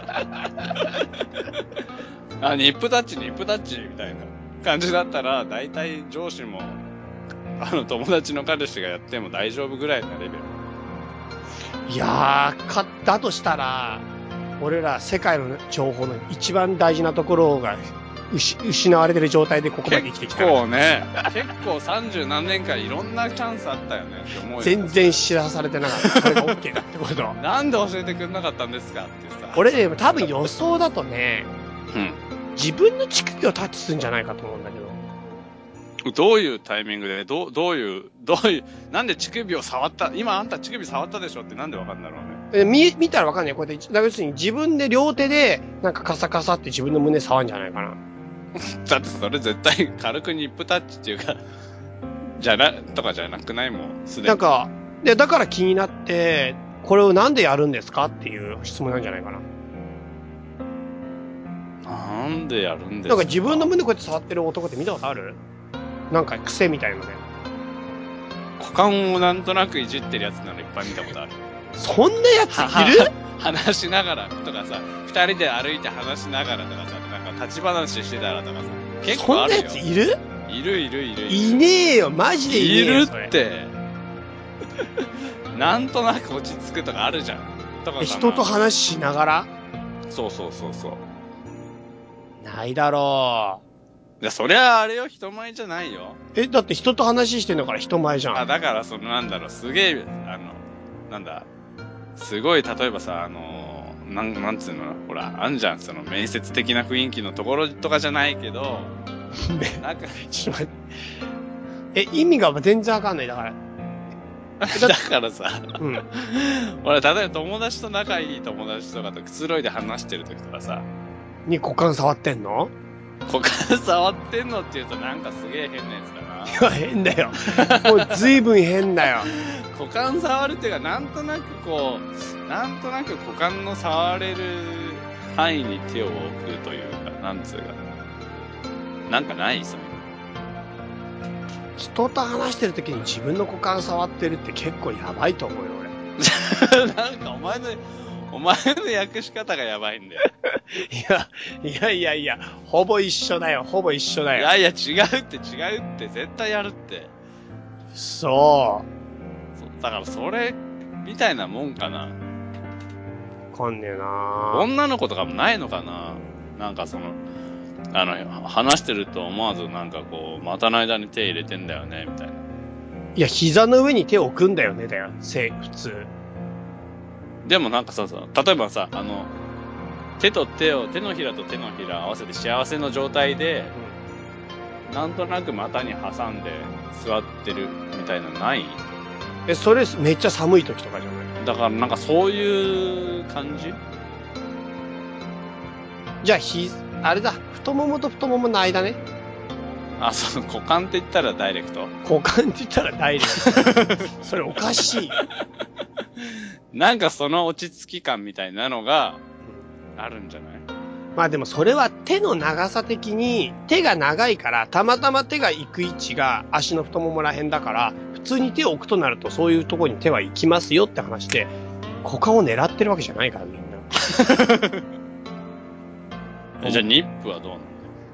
あ、ニップタッチ、ニップタッチみたいな感じだったら、だいたい上司も、あの友達の彼氏がやっても大丈夫ぐらいのレベル。 いやー、か、だとしたら、俺ら世界の情報の一番大事なところが失われてる状態でここまで生きてきた。 結構ね、結構三十何年間いろんなチャンスあったよねって思うよ。 全然知らされてなかった。これが OK だってこと。 なんで教えてくれなかったんですかってさ。 俺でも多分予想だとね、 うん。 自分の乳首をタッチするんじゃないかと思うんだけど。 どういうタイミングで、どう、どういう、どういう、なんで乳首を触った、今あんた乳首触ったでしょってなんでわかんだろうね。 え、見、見たらわかんない。こうやって、要するに自分で両手で、なんかカサカサって自分の胸触るんじゃないかな。 だってそれ絶対軽くニップタッチっていうか、じゃな、とかじゃなくないもん、すでに。 なんか、で、だから気になって、これをなんでやるんですかっていう質問なんじゃないかな。 なんでやるんですか？ なんか自分の胸こうやって触ってる男って見たことある？なんか癖みたいので。 股間をなんとなくいじってるやつならいっぱい見たことある。 そんなやついる？ 話しながらとかさ、二人で歩いて話しながらとかさ、なんか立ち話してたらとかさ、結構あるよ。 そんなやついる？ いるいるいる。 いねえよ、マジでいねえよ。 いるって。なんとなく落ち着くとかあるじゃん。とかさ、 人と話しながら？ そうそうそうそう。 ないだろう。いや、そりゃあれよ、人前じゃないよ。 え、だって人と話してんだから人前じゃん。 あ、だからそのなんだろう、すげえ、あの、 なんだ、すごい、例えばさ、あの、なん、なんつうの、ほら、あんじゃん、その面接的な雰囲気のところとかじゃないけど、なんか、 ちょっと待って。え、意味が全然わかんない、だから。 だからさ、 うん。 俺、例えば友達と仲いい友達とかとくつろいで話してる時とかさ、 に股間触ってんの？ 股間触ってんのって言うとなんかすげえ変なやつだな。 いや、変だよ。もう随分変だよ。 股間触るっていうか、なんとなくこう、なんとなく股間の触れる範囲に手を置くというか、なんつうか。なんかないそういうの。 人と話してる時に自分の股間触ってるって結構やばいと思うよ、俺。 なんかお前の、お前の訳し方がやばいんだよ。 いや、いやいやいや、ほぼ一緒だよ、ほぼ一緒だよ。 いやいや、違うって違うって、絶対やるって。 そう。 そうだからそれ、みたいなもんかな。 わかんねえな。 女の子とかもないのかな。なんかその、あの、話してると思わずなんかこう、股の間に手入れてんだよね、みたいな。 いや、膝の上に手を置くんだよね、だよ、せ、普通。 でもなんかさ、例えばさ、あの、手と手を、手のひらと手のひら合わせて幸せの状態で、うん、なんとなく股に挟んで座ってるみたいなのない？ え、それめっちゃ寒い時とかじゃない？ だからなんかそういう感じ？ じゃあ、ひ、あれだ、太ももと太ももの間ね。 あ、そう、股間って言ったらダイレクト？ 股間って言ったらダイレクト。それおかしいよ。 なんかその落ち着き感みたいなのがあるんじゃない？ まあでもそれは手の長さ的に手が長いから、たまたま手が行く位置が足の太ももら辺だから、普通に手を置くとなるとそういうところに手は行きますよって話で、股間を狙ってるわけじゃないからみんな。 じゃあニップはどうなんだよ。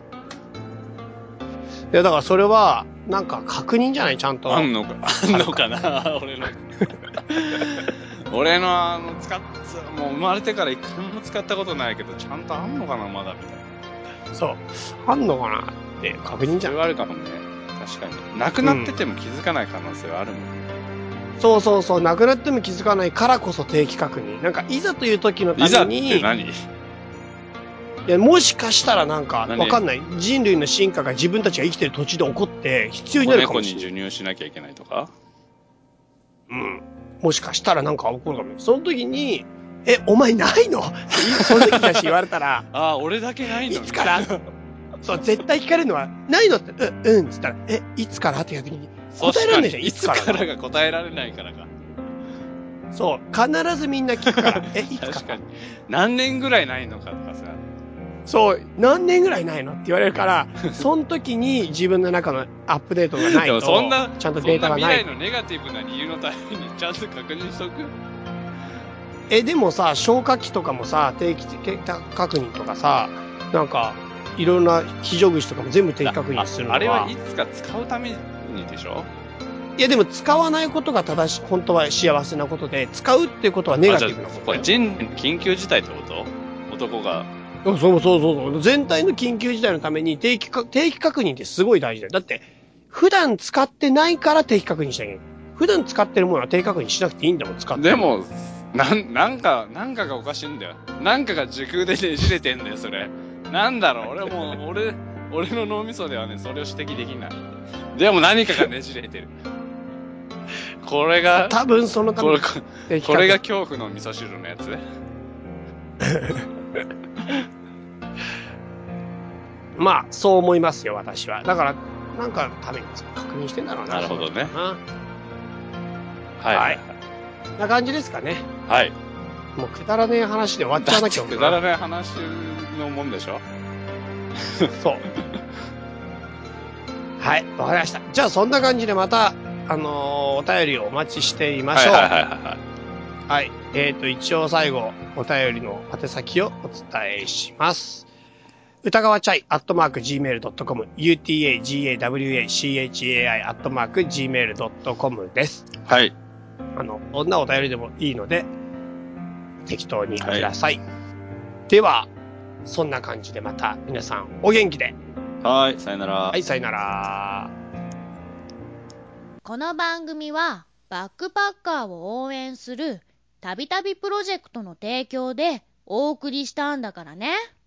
いやだからそれはなんか確認じゃない？ちゃんとあんのかあんのかな俺の俺のあの使っもう生まれてから一回も使ったことないけどちゃんとあんのかなまだみたいな。そうあんのかなって確認じゃん。 それはあるかもね。確かになくなってても気づかない可能性はあるもんね、 うん、そうそうそうなくなっても気づかないからこそ定期確認。なんかいざという時のために。いざって何？ いや、もしかしたらなんか、わかんない。人類の進化が自分たちが生きてる途中で起こって必要になるかもしれない。 子猫に授乳しなきゃいけないとか？ うん。もしかしたらなんか起こるかも。その時に、え、お前ないのってその時だし言われたら、 ああ、俺だけないのいつからそう、絶対聞かれるのは、ないのって、うん、うん、つったら、え、いつからって言った時に、答えられないじゃん、いつから。 いつからが答えられないからか。 そう、必ずみんな聞くから、え、いつから確かに。何年ぐらいないのかとかさ。 そう、何年ぐらいないのって言われるから、その時に自分の中のアップデートがないと、でもそんな、 ちゃんとデータがない。 そんな未来のネガティブな理由のためにちゃんと確認しとく？ え、でもさ、消火器とかもさ、定期的確認とかさ、なんか、いろんな非常口とかも全部定期確認するのは。 あれはいつか使うためにでしょ？ いやでも使わないことが正しい、本当は幸せなことで、使うっていうことはネガティブなことだよ。 人類緊急事態ってこと？男が。 そうそうそうそう。全体の緊急事態のために定期か、定期確認ってすごい大事だよ。だって、普段使ってないから定期確認しなきゃいけない。普段使ってるものは定期確認しなくていいんだもん、使って。 でも、なん、なんか、なんかがおかしいんだよ。なんかが時空でねじれてんだよ、それ。なんだろう、俺もう、俺、俺の脳みそではね、それを指摘できない。でも何かがねじれてる。これが、 多分そのためにこれ、これが恐怖の味噌汁のやつまあ、そう思いますよ、私は。だから、なんか、ために確認してんだろうな。 なるほどね。 はい。はい。な感じですかね。 はい。 もうくだらねえ話で終わっちゃわなきゃ。 くだらねえ話のもんでしょそう。はい、わかりました。じゃあそんな感じでまた、あのー、お便りをお待ちしていましょう。はいはいはいはい。はい。えっと、一応最後、お便りの宛先をお伝えします。歌川チャイアットマーク ジーメールドットコム ユーティーエージーエーダブリューエーシーエイチエーアイ アットマーク ジーメールドットコム です。 はい。 あの、どんなお便りでもいいので、適当にください。はい、では、そんな感じでまた皆さんお元気で。 はい、さよなら。 はい、さよなら。 この番組はバックパッカーを応援するたびたびプロジェクトの提供でお送りしたんだからね。